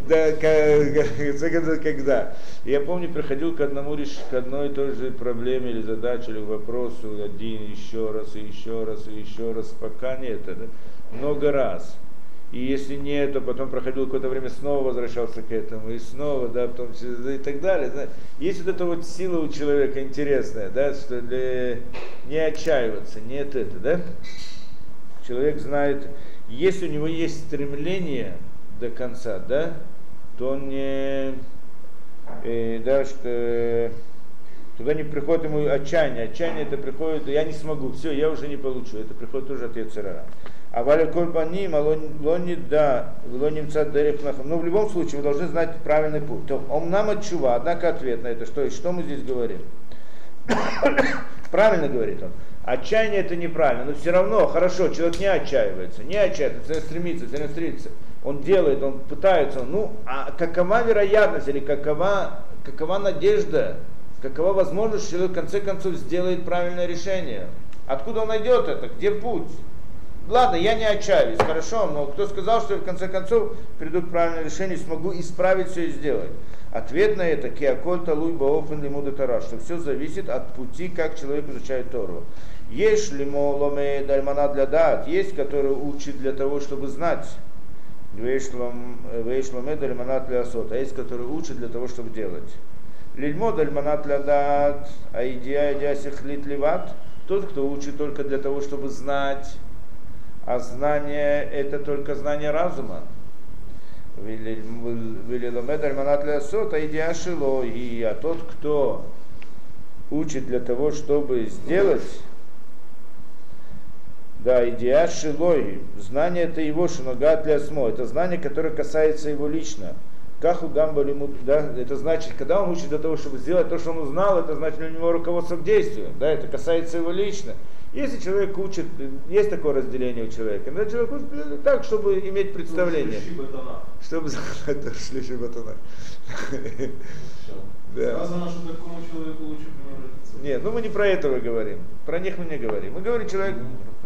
Да, когда, когда. Я помню, приходил к одному реш... к одной и той же проблеме или задаче, или вопросу один, еще раз, и еще раз, и еще раз, пока нет, да? Много раз. И если нет, то потом проходил какое-то время, снова возвращался к этому, и снова, да, потом и так далее. Да. Есть вот эта вот сила у человека интересная, да, что для... не отчаиваться, нет это, да. Человек знает, если у него есть стремление до конца, да, то он не, э, да, что туда не приходит ему отчаяние. Отчаяние это приходит, я не смогу, все, я уже не получу. Это приходит тоже от Йецер ара. А валя кольпани, малони да, лонимца дерехнахам. Но в любом случае вы должны знать правильный путь. То он нам отчува, однако ответ на это, что, что мы здесь говорим. Правильно говорит он. Отчаяние это неправильно, но все равно хорошо, человек не отчаивается, не отчаивается, стремится, стремится. Он делает, он пытается, ну, а какова вероятность или какова, какова надежда, какова возможность, что человек в конце концов сделает правильное решение? Откуда он найдет это? Где путь? Ладно, я не отчаиваюсь, хорошо, но кто сказал, что я в конце концов приду к правильному решению и смогу исправить все и сделать? Ответ на это, киаколь талуй баофен лимуда тора, что все зависит от пути, как человек изучает Тору. Есть лимо ломе дальмана для дат, есть, которые учат для того, чтобы знать. Есть ломе дальмана для асот, а есть, которые учат для того, чтобы делать. Лильмо дальмана для дат, а идея идея сихлит ливат, тот, кто учит только для того, чтобы знать, а знание это только знание разума. А тот, кто учит для того, чтобы сделать, да, идея шилой, знание это его шиногат для смо, это знание, которое касается его лично. Каху гамбалиму, да, это значит, когда он учит для того, чтобы сделать то, что он узнал, это значит для него руководство к действию, да, это касается его лично. Если человек учит, есть такое разделение у человека, но человек учит так, чтобы иметь представление. Чтобы захватать шлиши батона. Сказано, что такому человеку лучше превратиться. Нет, ну мы не про это говорим. Про них мы не говорим. Мы говорим человек.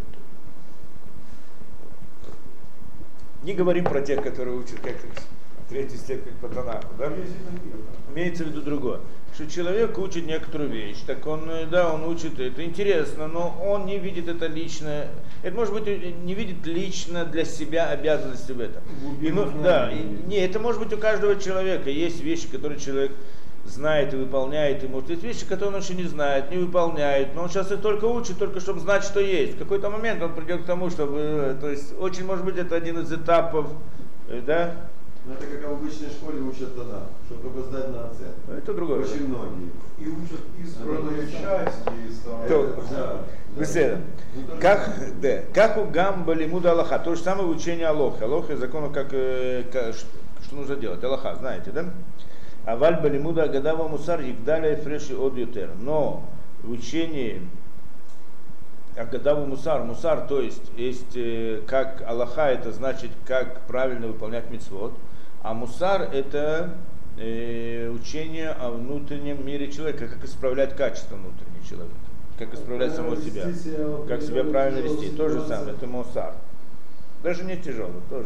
Не говорим про тех, которые учат как третью степень по Танаху, да? Имеется в виду другое. Что человек учит некоторую вещь, так он, да, он учит это, интересно, но он не видит это лично, это может быть не видит лично для себя обязанности в этом. И, ну, да, и, не, это может быть у каждого человека, есть вещи, которые человек знает и выполняет, и может есть вещи, которые он еще не знает, не выполняет, но он сейчас их только учит, только чтобы знать, что есть. В какой-то момент он придет к тому, чтобы, то есть очень может быть это один из этапов, да. Но это как в обычной школе учат тогда, чтобы только сдать на оценку. Это другое. Очень многие. И учат избранную часть, и То, да, беседа. Как, да, как у Гамба лимуда Аллаха, то же самое учение Аллахи. Аллаха закону, как, как, что нужно делать. Аллаха, знаете, да? А вальба лимуда Агадава Мусар Игдаля и Фреши от Ютер. Но в учении Агадаву Мусар, Мусар, то есть, есть как Аллаха, это значит, как правильно выполнять мицвот. А мусар это э, учение о внутреннем мире человека, как исправлять качество внутреннего человека, как исправлять самого себя, как себя правильно вести. То же самое, это мусар. Даже не тяжелый, тоже.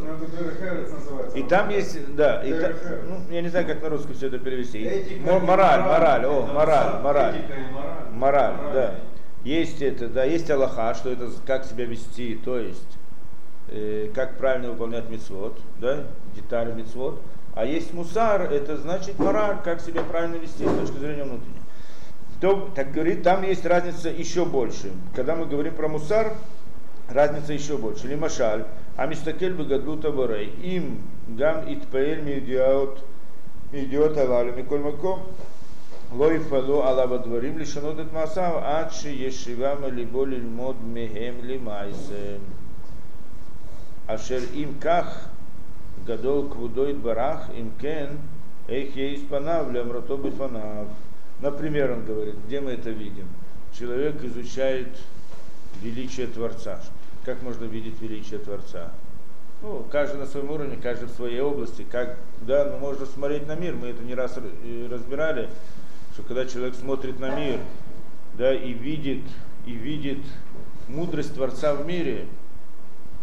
И там есть, да, и та, ну, я не знаю, как на русский все это перевести. Мораль, мораль, о, мораль, мораль, мораль, да. Есть это, да, есть Аллаха, что это как себя вести, то есть э, как правильно выполнять мицвот, да, детали мицвот. А есть мусар, это значит мораль, как себя правильно вести с точки зрения внутренней. То, так говорит, там есть разница еще больше. Когда мы говорим про мусар, разница еще больше. Лимашаль, амистакель бегадлута борей, им гам итпаэль мидиот мидиот алалю миколь маком. Лой фалу алава дворим лишанот эт масав, адши ешивам либо лильмод мехем лимайсе. Ашер им ках гадол квудой барах им кен эйх есть панав лямрото бифанав. Например, он говорит, где мы это видим? Человек изучает величие Творца. Как можно видеть величие Творца? Ну, каждый на своем уровне, каждый в своей области. Как, да, ну, можно смотреть на мир, мы это не раз разбирали, что когда человек смотрит на мир, да, и видит, и видит мудрость Творца в мире,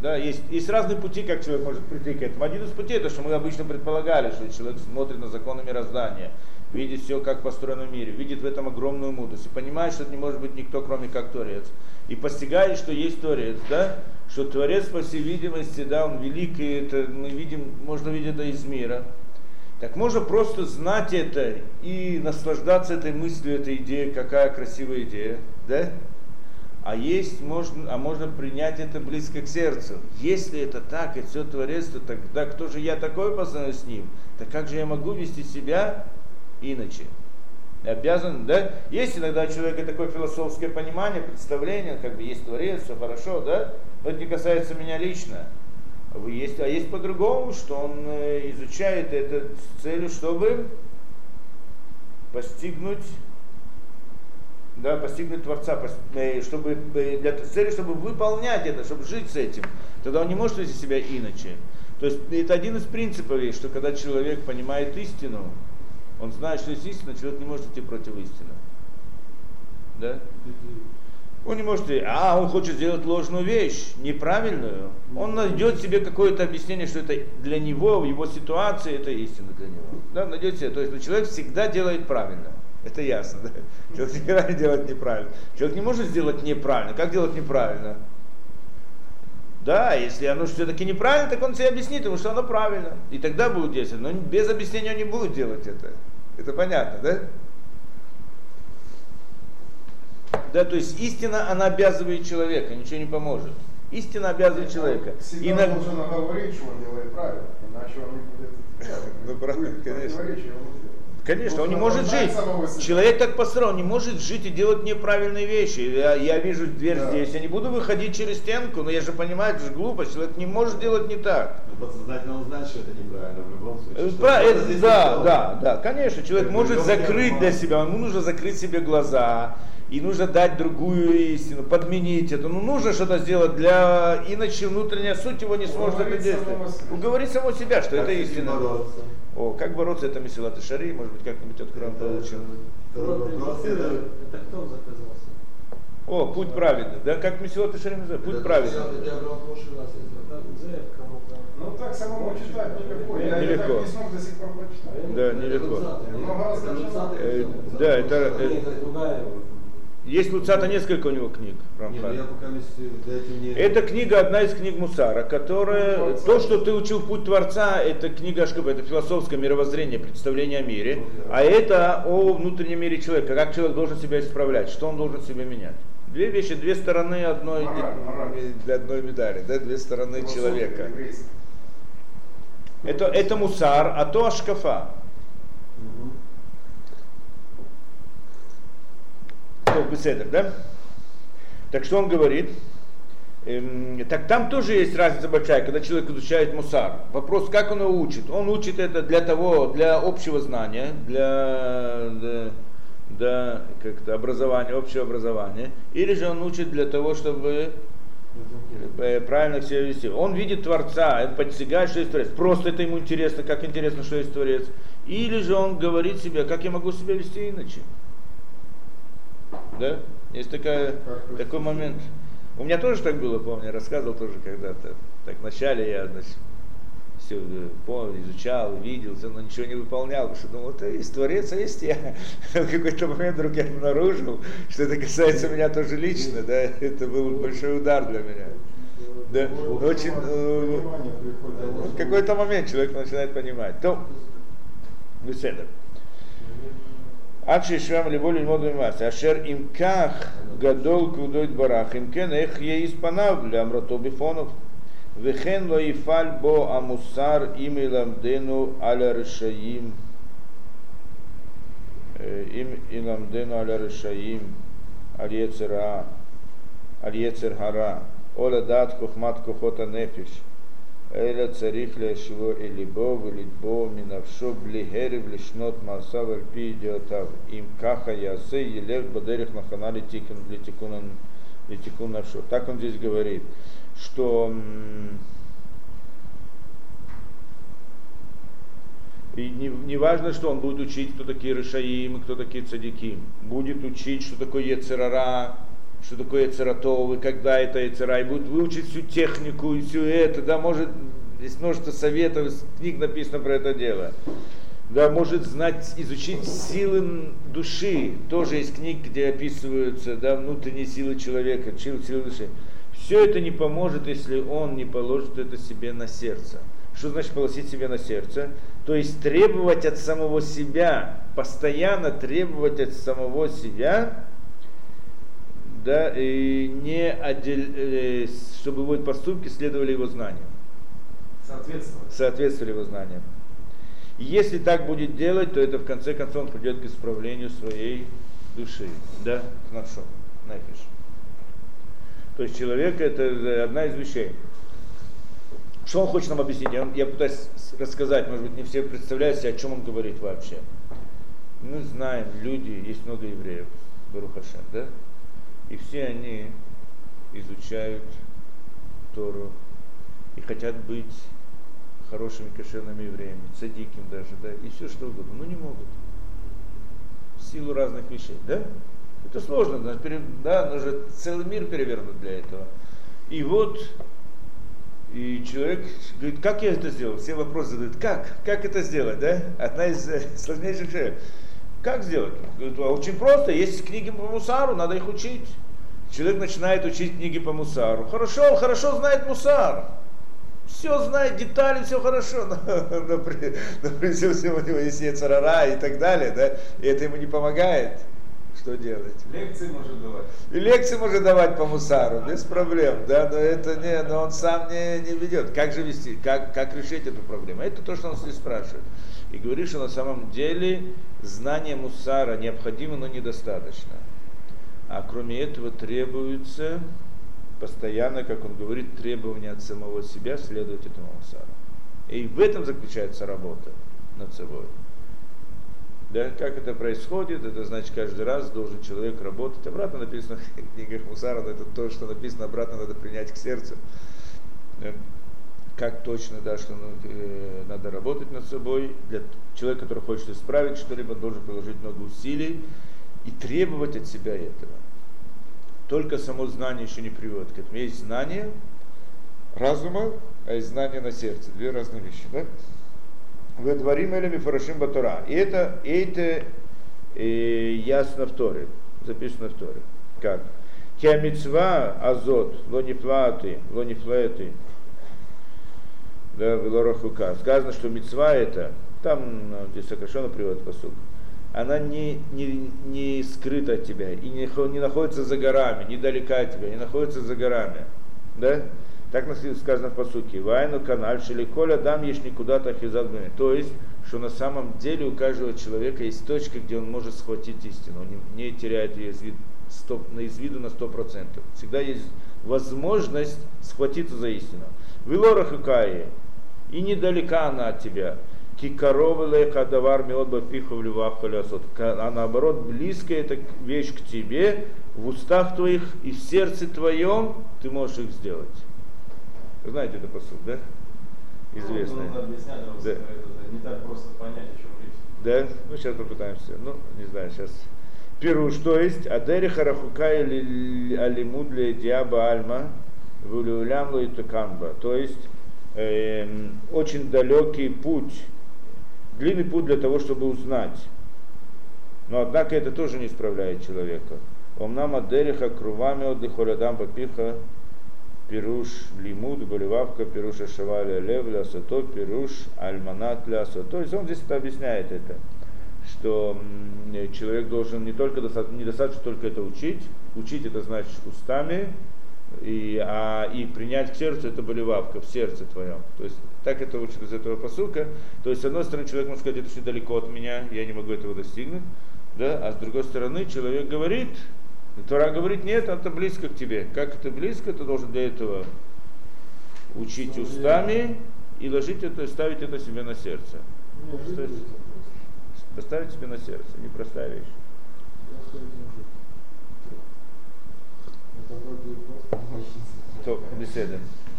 Да, есть, есть разные пути, как человек может прийти к этому. Один из путей, это что мы обычно предполагали, что человек смотрит на законы мироздания, видит все, как построено в мире, видит в этом огромную мудрость, и понимает, что это не может быть никто, кроме как Творец. И постигает, что есть Творец, да? Что Творец, по всей видимости, да, он великий, это мы видим, можно видеть это из мира. Так можно просто знать это и наслаждаться этой мыслью, этой идеей, какая красивая идея, да? А есть, можно, а можно принять это близко к сердцу. Если это так, и все Творец, то тогда кто же я такой по сравнению с ним? Так как же я могу вести себя иначе? Обязан, да? Есть иногда у человека такое философское понимание, представление, как бы есть Творец, все хорошо, да? Но это не касается меня лично. Есть, а есть по-другому, что он изучает это с целью, чтобы постигнуть, да, постигнуть Творца, чтобы, для цели, чтобы выполнять это, чтобы жить с этим. Тогда он не может вести себя иначе. То есть это один из принципов, что когда человек понимает истину, он знает, что есть истина, человек не может идти против истины. Да? Он не может, а он хочет сделать ложную вещь, неправильную. Он найдет себе какое-то объяснение, что это для него, в его ситуации, это истина для него. Да, найдет себе. То есть человек всегда делает правильно. Это ясно, да? Человек никогда не делает неправильно. Человек не может сделать неправильно. Как делать неправильно? Да, если оно все-таки неправильно, так он себе объяснит ему, что оно правильно. И тогда будет действовать. Но без объяснения он не будет делать это. Это понятно, да? Да, то есть истина, она обязывает человека, ничего не поможет. Истина обязывает человека. Всегда И на... должен говорить, что он делает правильно, иначе он не будет. Ну правильно, конечно. Конечно, он не Он может знает жить. самого себя. Человек так построен, не может жить и делать неправильные вещи. Я, я вижу дверь Да. здесь, я не буду выходить через стенку, но я же понимаю, это же глупо, человек не может делать не так. Но подсознательно он знает, что это неправильно в любом случае. что Пра- что-то это- здесь да, не то. да, да, конечно, человек Как может бы закрыть лёгкая для рука. себя, ему нужно закрыть себе глаза, и нужно дать другую истину, подменить это. Ну нужно что-то сделать, для... иначе внутренняя суть его не сможет это Уговорить действовать. самого себя. Уговорить самого себя, что Как это с этим истина. бороться? О, как бороться, это Месилат Шари, может быть, как-нибудь откроем, Это- получим. Второй вопрос, это- Это кто заказался? О, путь праведный, да, как Месилат Шари называется, путь праведный. Ну так самому читать нелегко. Я, я Нелегко. так не смог до сих пор прочитать. Да, нелегко. Много раз начинал. Э, да, это, э, есть Луцата несколько у него книг. Не, ну Рамхан. я пока вместе дайте мне... Эта книга одна из книг Мусара, которая, Путь Творца. то, что ты учил Путь Творца, это книга Ашкаба, это философское мировоззрение, представление о мире, а это о внутреннем мире человека, как человек должен себя исправлять, что он должен себя менять. Две вещи, две стороны одной, Мораль, мораль. для одной медали, да, две стороны Философия человека. еврейская. Это, это Мусар, а то Ашкафа. Мгм. Ну, беседер, да? Так что он говорит? Эм, так там тоже есть разница большая, когда человек изучает мусар. Вопрос, как он его учит? Он учит это для того, для общего знания, для, для, для как-то образования, общего образования, или же он учит для того, чтобы э, правильно себя вести. Он видит Творца, он постигает, что есть Творец. Просто это ему интересно, как интересно, что есть Творец. Или же он говорит себе, как я могу себя вести иначе. Да? Есть такая, такой момент. У меня тоже так было, помню, я рассказывал тоже когда-то. Так вначале я, значит, все понял, изучал, видел, но ничего не выполнял, потому что думал, это есть Творец, а есть я. В какой-то момент вдруг я обнаружил, что это касается меня тоже лично, да, это был большой удар для меня. Да, Вот очень, э, понимание приходит. в какой-то момент человек начинает понимать. То, беседа. עד שישמע לבוא ללמוד במעשה, אשר אם כך גדול כבודו יתברך, אם כן איך יהיה פניו לאמרתו בפונו, וכן לא יפעל בו המוסר אם ילמדנו על הרשעים, אם ילמדנו על הרשעים, על יצר רע, על יצר הרע, או לדעת חוכמת כוחות הנפש, אלא צריך להשבו אל ליבו ולתבוע מנפשו בלי הרב לשנות מעשיו על פי ידיעותיו. אם ככה יעשה, ילך בדרך נכונה לתיקון, לתיקון, לתיקון נפשו. Так он здесь говорит, что и не, не важно, что он будет учить, кто такие Ришаим, кто такие Цадиким. Будет учить, что такое Ецер ара, что такое Эцератов, и когда это Эцера, и будет выучить всю технику и все это, да, может, здесь множество советов, книг написано про это дело. Да, может знать, изучить силы души. Тоже есть книги, где описываются, да, внутренние силы человека, силы души. Все это не поможет, если он не положит это себе на сердце. Что значит положить себе на сердце? То есть требовать от самого себя, постоянно требовать от самого себя, да, и не отдель, чтобы его поступки следовали его знаниям. Соответствовали. Соответствовали его знаниям. И если так будет делать, то это в конце концов он придет к исправлению своей души. Да? Нашо. Нафиш. То есть человек это одна из вещей. Что он хочет нам объяснить? Я, я пытаюсь рассказать, может быть, не все представляют себе, о чем он говорит вообще. Мы знаем, люди, есть много евреев, Барух Ашем, да? И все они изучают Тору и хотят быть хорошими кошерными евреями, цадиким даже, да, и все что угодно, но не могут. В силу разных вещей, да? Это сложно, да, нужно целый мир перевернуть для этого. И вот, и человек говорит, как я это сделал? Все вопросы задают, как? Как это сделать, да? Одна из сложнейших вещей. Как сделать? Говорит, а очень просто, есть книги по мусару, надо их учить. Человек начинает учить книги по мусару. Хорошо, он хорошо знает мусар. Все знает, детали, все хорошо, но, но, при, но при всем всем у него есть ецарара и так далее, да, и это ему не помогает. Что делать? Лекции может давать. И лекции может давать по мусару, без проблем, да, но это не, но он сам не, не ведет. Как же вести, как, как решить эту проблему? Это то, что он здесь спрашивает. И говорит, что на самом деле знание мусара необходимо, но недостаточно. А кроме этого требуется постоянно, как он говорит, требования от самого себя следовать этому мусару. И в этом заключается работа над собой. Да, как это происходит, это значит, каждый раз должен человек работать. Обратно написано в книгах мусара, но это то, что написано, обратно надо принять к сердцу. Да. Как точно, да, что э, надо работать над собой. Для человека, который хочет исправить что-либо, должен приложить много усилий и требовать от себя этого. Только само знание еще не приводит к этому. Есть знание разума, а есть знание на сердце. Две разные вещи, да? Вы дворим элями фарашим батура. И это, и это э, ясно в Торе, записано в Торе. Как? Киамицва азот, лонифлаты, лонифлеты, да, велорахука. Сказано, что мицва это, там ну, здесь сокращенно приводит посуд, она не, не, не скрыта от тебя и не, не находится за горами, недалека от тебя, не находится за горами. Да? Так сказано в посуке. Вайну каналь шеликоля дам ешь никуда-то хизадбами. То есть, что на самом деле у каждого человека есть точка, где он может схватить истину. Он не, не теряет ее из, вид, стоп, из виду на сто процентов. Всегда есть возможность схватиться за истину. Вилора хукаи. И недалека она от тебя. А наоборот, близкая эта вещь к тебе, в устах твоих и в сердце твоем ты можешь их сделать. Знаете это посуд, да? Известное. Ну, надо объяснять, да. Это не так просто понять, о чем речь. Да? Ну, сейчас попытаемся. Ну, не знаю, сейчас. Пируш, то есть, Адери Харахукай Алимуд Ле Диаба Альма Вулюлям Ле Тукамба. То есть, э, очень далекий путь, длинный путь для того, чтобы узнать. Но, однако, это тоже не исправляет человека. Омнам Адериха Крувами Отдыхолядам Папиха Пируш лимуд, боливавка, пируш ашаваля лев, лясото, пируш альманат лясо. То есть он здесь это объясняет это, что человек должен не только недостаточно только это учить, учить это значит устами, и, а, и принять к сердцу это боливавка в сердце твоем. То есть так это учит из этого пасука. То есть с одной стороны человек может сказать, это очень далеко от меня, я не могу этого достигнуть, да? А с другой стороны человек говорит, Тора говорит, нет, это близко к тебе. Как это близко, ты должен для этого учить устами и ложить это, ставить это себе на сердце. Поставить себе на сердце, непростая вещь. То, беседа.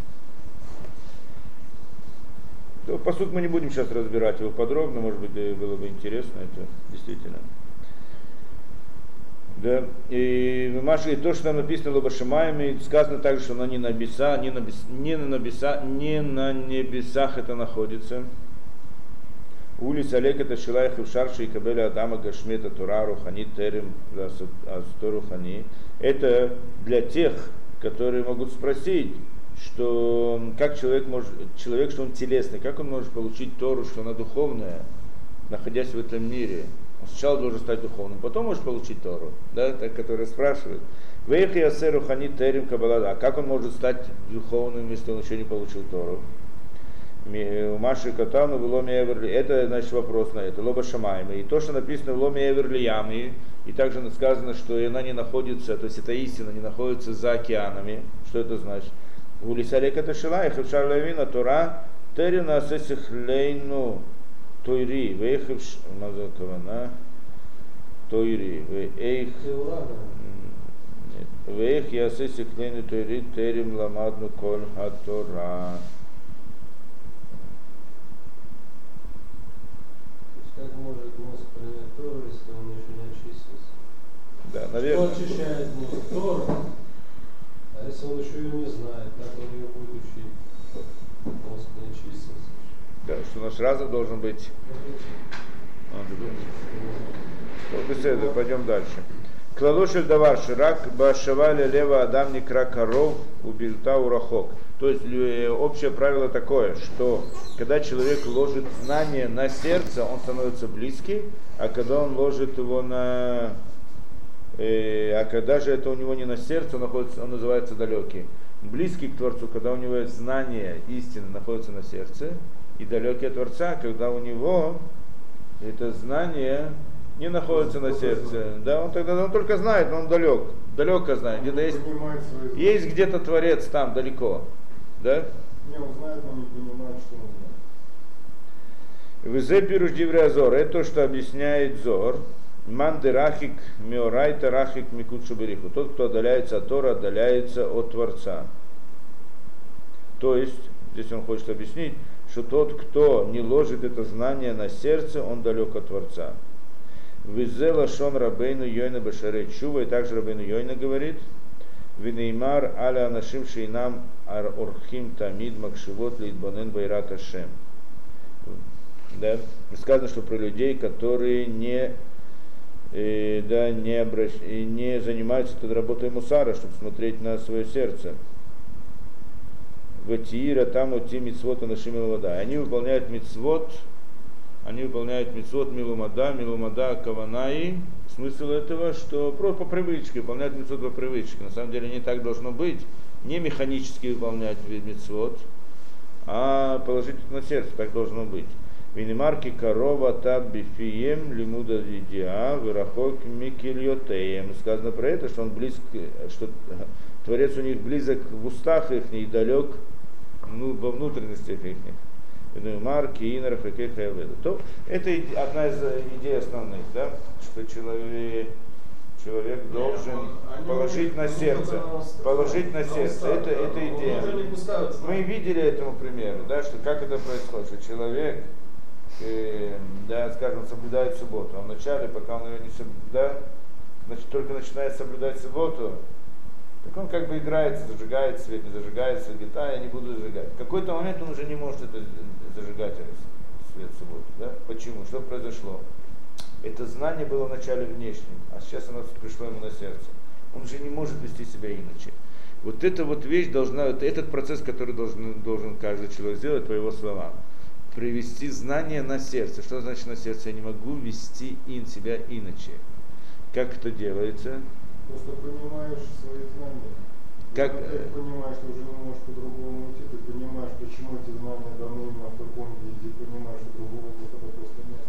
То, по сути, мы не будем сейчас разбирать его подробно, может быть, было бы интересно, это действительно. Да. И в Маше, и то, что там написано Лобашимаями, сказано также, что оно не на небеса, не на небеса, не на небеса, не на небесах это находится. Улиц Олег это Шилайх и Шарши и Кабеля Адама Гашмета Тура Рухани Терем Рухани. Это для тех, которые могут спросить, что как человек может, человек, что он телесный, как он может получить Тору, что она духовная, находясь в этом мире. Он сначала должен стать духовным, потом может получить Тору, да, так, которые спрашивают. Вейхи Асеру Хани Терем Кабалада. А как он может стать духовным, если он еще не получил Тору? У Маши Катану в Ломе Эверли. Это, значит, вопрос на это. Лоба Шамайми. И то, что написано в Ломе Эверли Ями, и также сказано, что она не находится, то есть эта истина не находится за океанами. Что это значит? У Лисалек это Шилайх, в Шарлавина Тора, Терина Сесихлейну Тойри, Вейхев Мазакавана, Тойри, Вейх, Вейх Ясесихлейну Тойри, Терим Ламадну Коль Хатора. Как может мозг принять Тору, если он еще не очистился? Да, наверное. Что очищает мозг? Тору. А если он еще ее не знает, как он ее будет учить? Мозг не очистился. Да, что наш разум должен быть. Беседа, пойдем дальше. Кладошель давар ширак башавали лева адам некра коров убильта урахок. То есть общее правило такое, что когда человек ложит знание на сердце, он становится близкий, а когда он ложит его на... Э, а когда же это у него не на сердце, он, находится, он называется далекий. Близкий к Творцу, когда у него знание истины находится на сердце, и далекий от Творца, когда у него это знание не находится на сердце. Да, он тогда он только знает, но он далек, далеко знает. Где-то есть, есть где-то Творец там далеко. Да? Не, он знает, но не понимает, что он знает. Визе пируш диврей Зор. Это то, что объясняет Зор. Манды рахик миорайта рахик микутшу бериху. Тот, кто отдаляется от Тора, отдаляется от Творца. То есть, здесь он хочет объяснить, что тот, кто не ложит это знание на сердце, он далек от Творца. Визе лашон рабейну йойна башарей чува. И также рабейну йойна говорит. Винеймар аля анашим шейнам ар орхим тамид макшивот литбонен байрат Ашем. Да? Сказано, что про людей, которые не, э, да, не, обращ... не занимаются этой работой мусара, чтобы смотреть на свое сердце. Ватиира там ути мицвот анашим милумада. Они выполняют мицвот, они выполняют мицвот милумада, милумада каванаи. Смысл этого, что просто по привычке, выполнять мицвот по привычке. На самом деле не так должно быть. Не механически выполнять мицвот, а положить на сердце, так должно быть. Винемарки корова тат бифием лимуда дидиа вырахок микельотеем. Сказано про это, что он близок, что Творец у них близок в устах их и далек, ну, во внутренностях их. Марки, Инар, то это одна из идей основных, да, что человек, человек должен положить на сердце, положить на сердце. Это, это идея. Мы видели этому примеру, да, что как это происходит, что человек, э, да, скажем, соблюдает субботу, а вначале, пока он ее не соблюдает, значит, только начинает соблюдать субботу, так он как бы играется, зажигает свет, не зажигает свет, говорит, а я не буду зажигать. В какой-то момент он уже не может это зажигать свет в субботу. Да? Почему? Что произошло? Это знание было вначале внешним, а сейчас оно пришло ему на сердце. Он уже не может вести себя иначе. Вот эта вот вещь должна, вот этот процесс, который должен, должен каждый человек сделать, по его словам, привести знание на сердце. Что значит на сердце? Я не могу вести ин себя иначе. Как это делается? Просто понимаешь свои знания. Как... Когда ты понимаешь, что уже не можешь по-другому уйти, ты понимаешь, почему эти знания даны именно в таком виде, понимаешь, что другого выхода просто нет.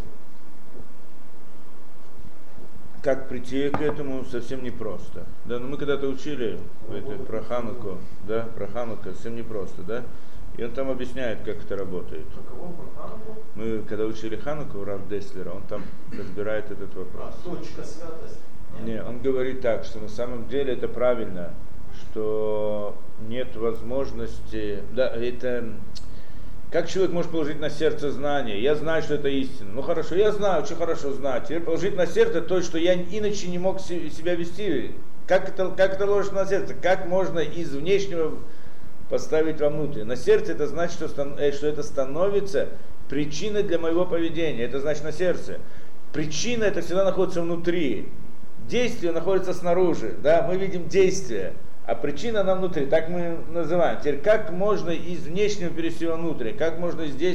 Как прийти к этому, совсем непросто. Да, но мы когда-то учили это, про Хануку, да, про Хануку, совсем непросто, да? И он там объясняет, как это работает. Мы когда учили Хануку у Рав Деслера, он там разбирает этот вопрос. А точка святости? Не, он говорит так, что на самом деле это правильно, что нет возможности, да, это Как человек может положить на сердце знание? Я знаю, что это истина. Ну хорошо, я знаю, очень хорошо знаю. Теперь положить на сердце то, что я иначе не мог себя вести. Как это, как это ложится на сердце? Как можно из внешнего поставить вовнутрь? На сердце это значит, что, что это становится причиной для моего поведения. Это значит на сердце. Причина это всегда находится внутри. Действие находится снаружи. Да? Мы видим действие. А причина нам внутри, так мы называем. Теперь, как можно из внешнего перевести внутрь? Как можно здесь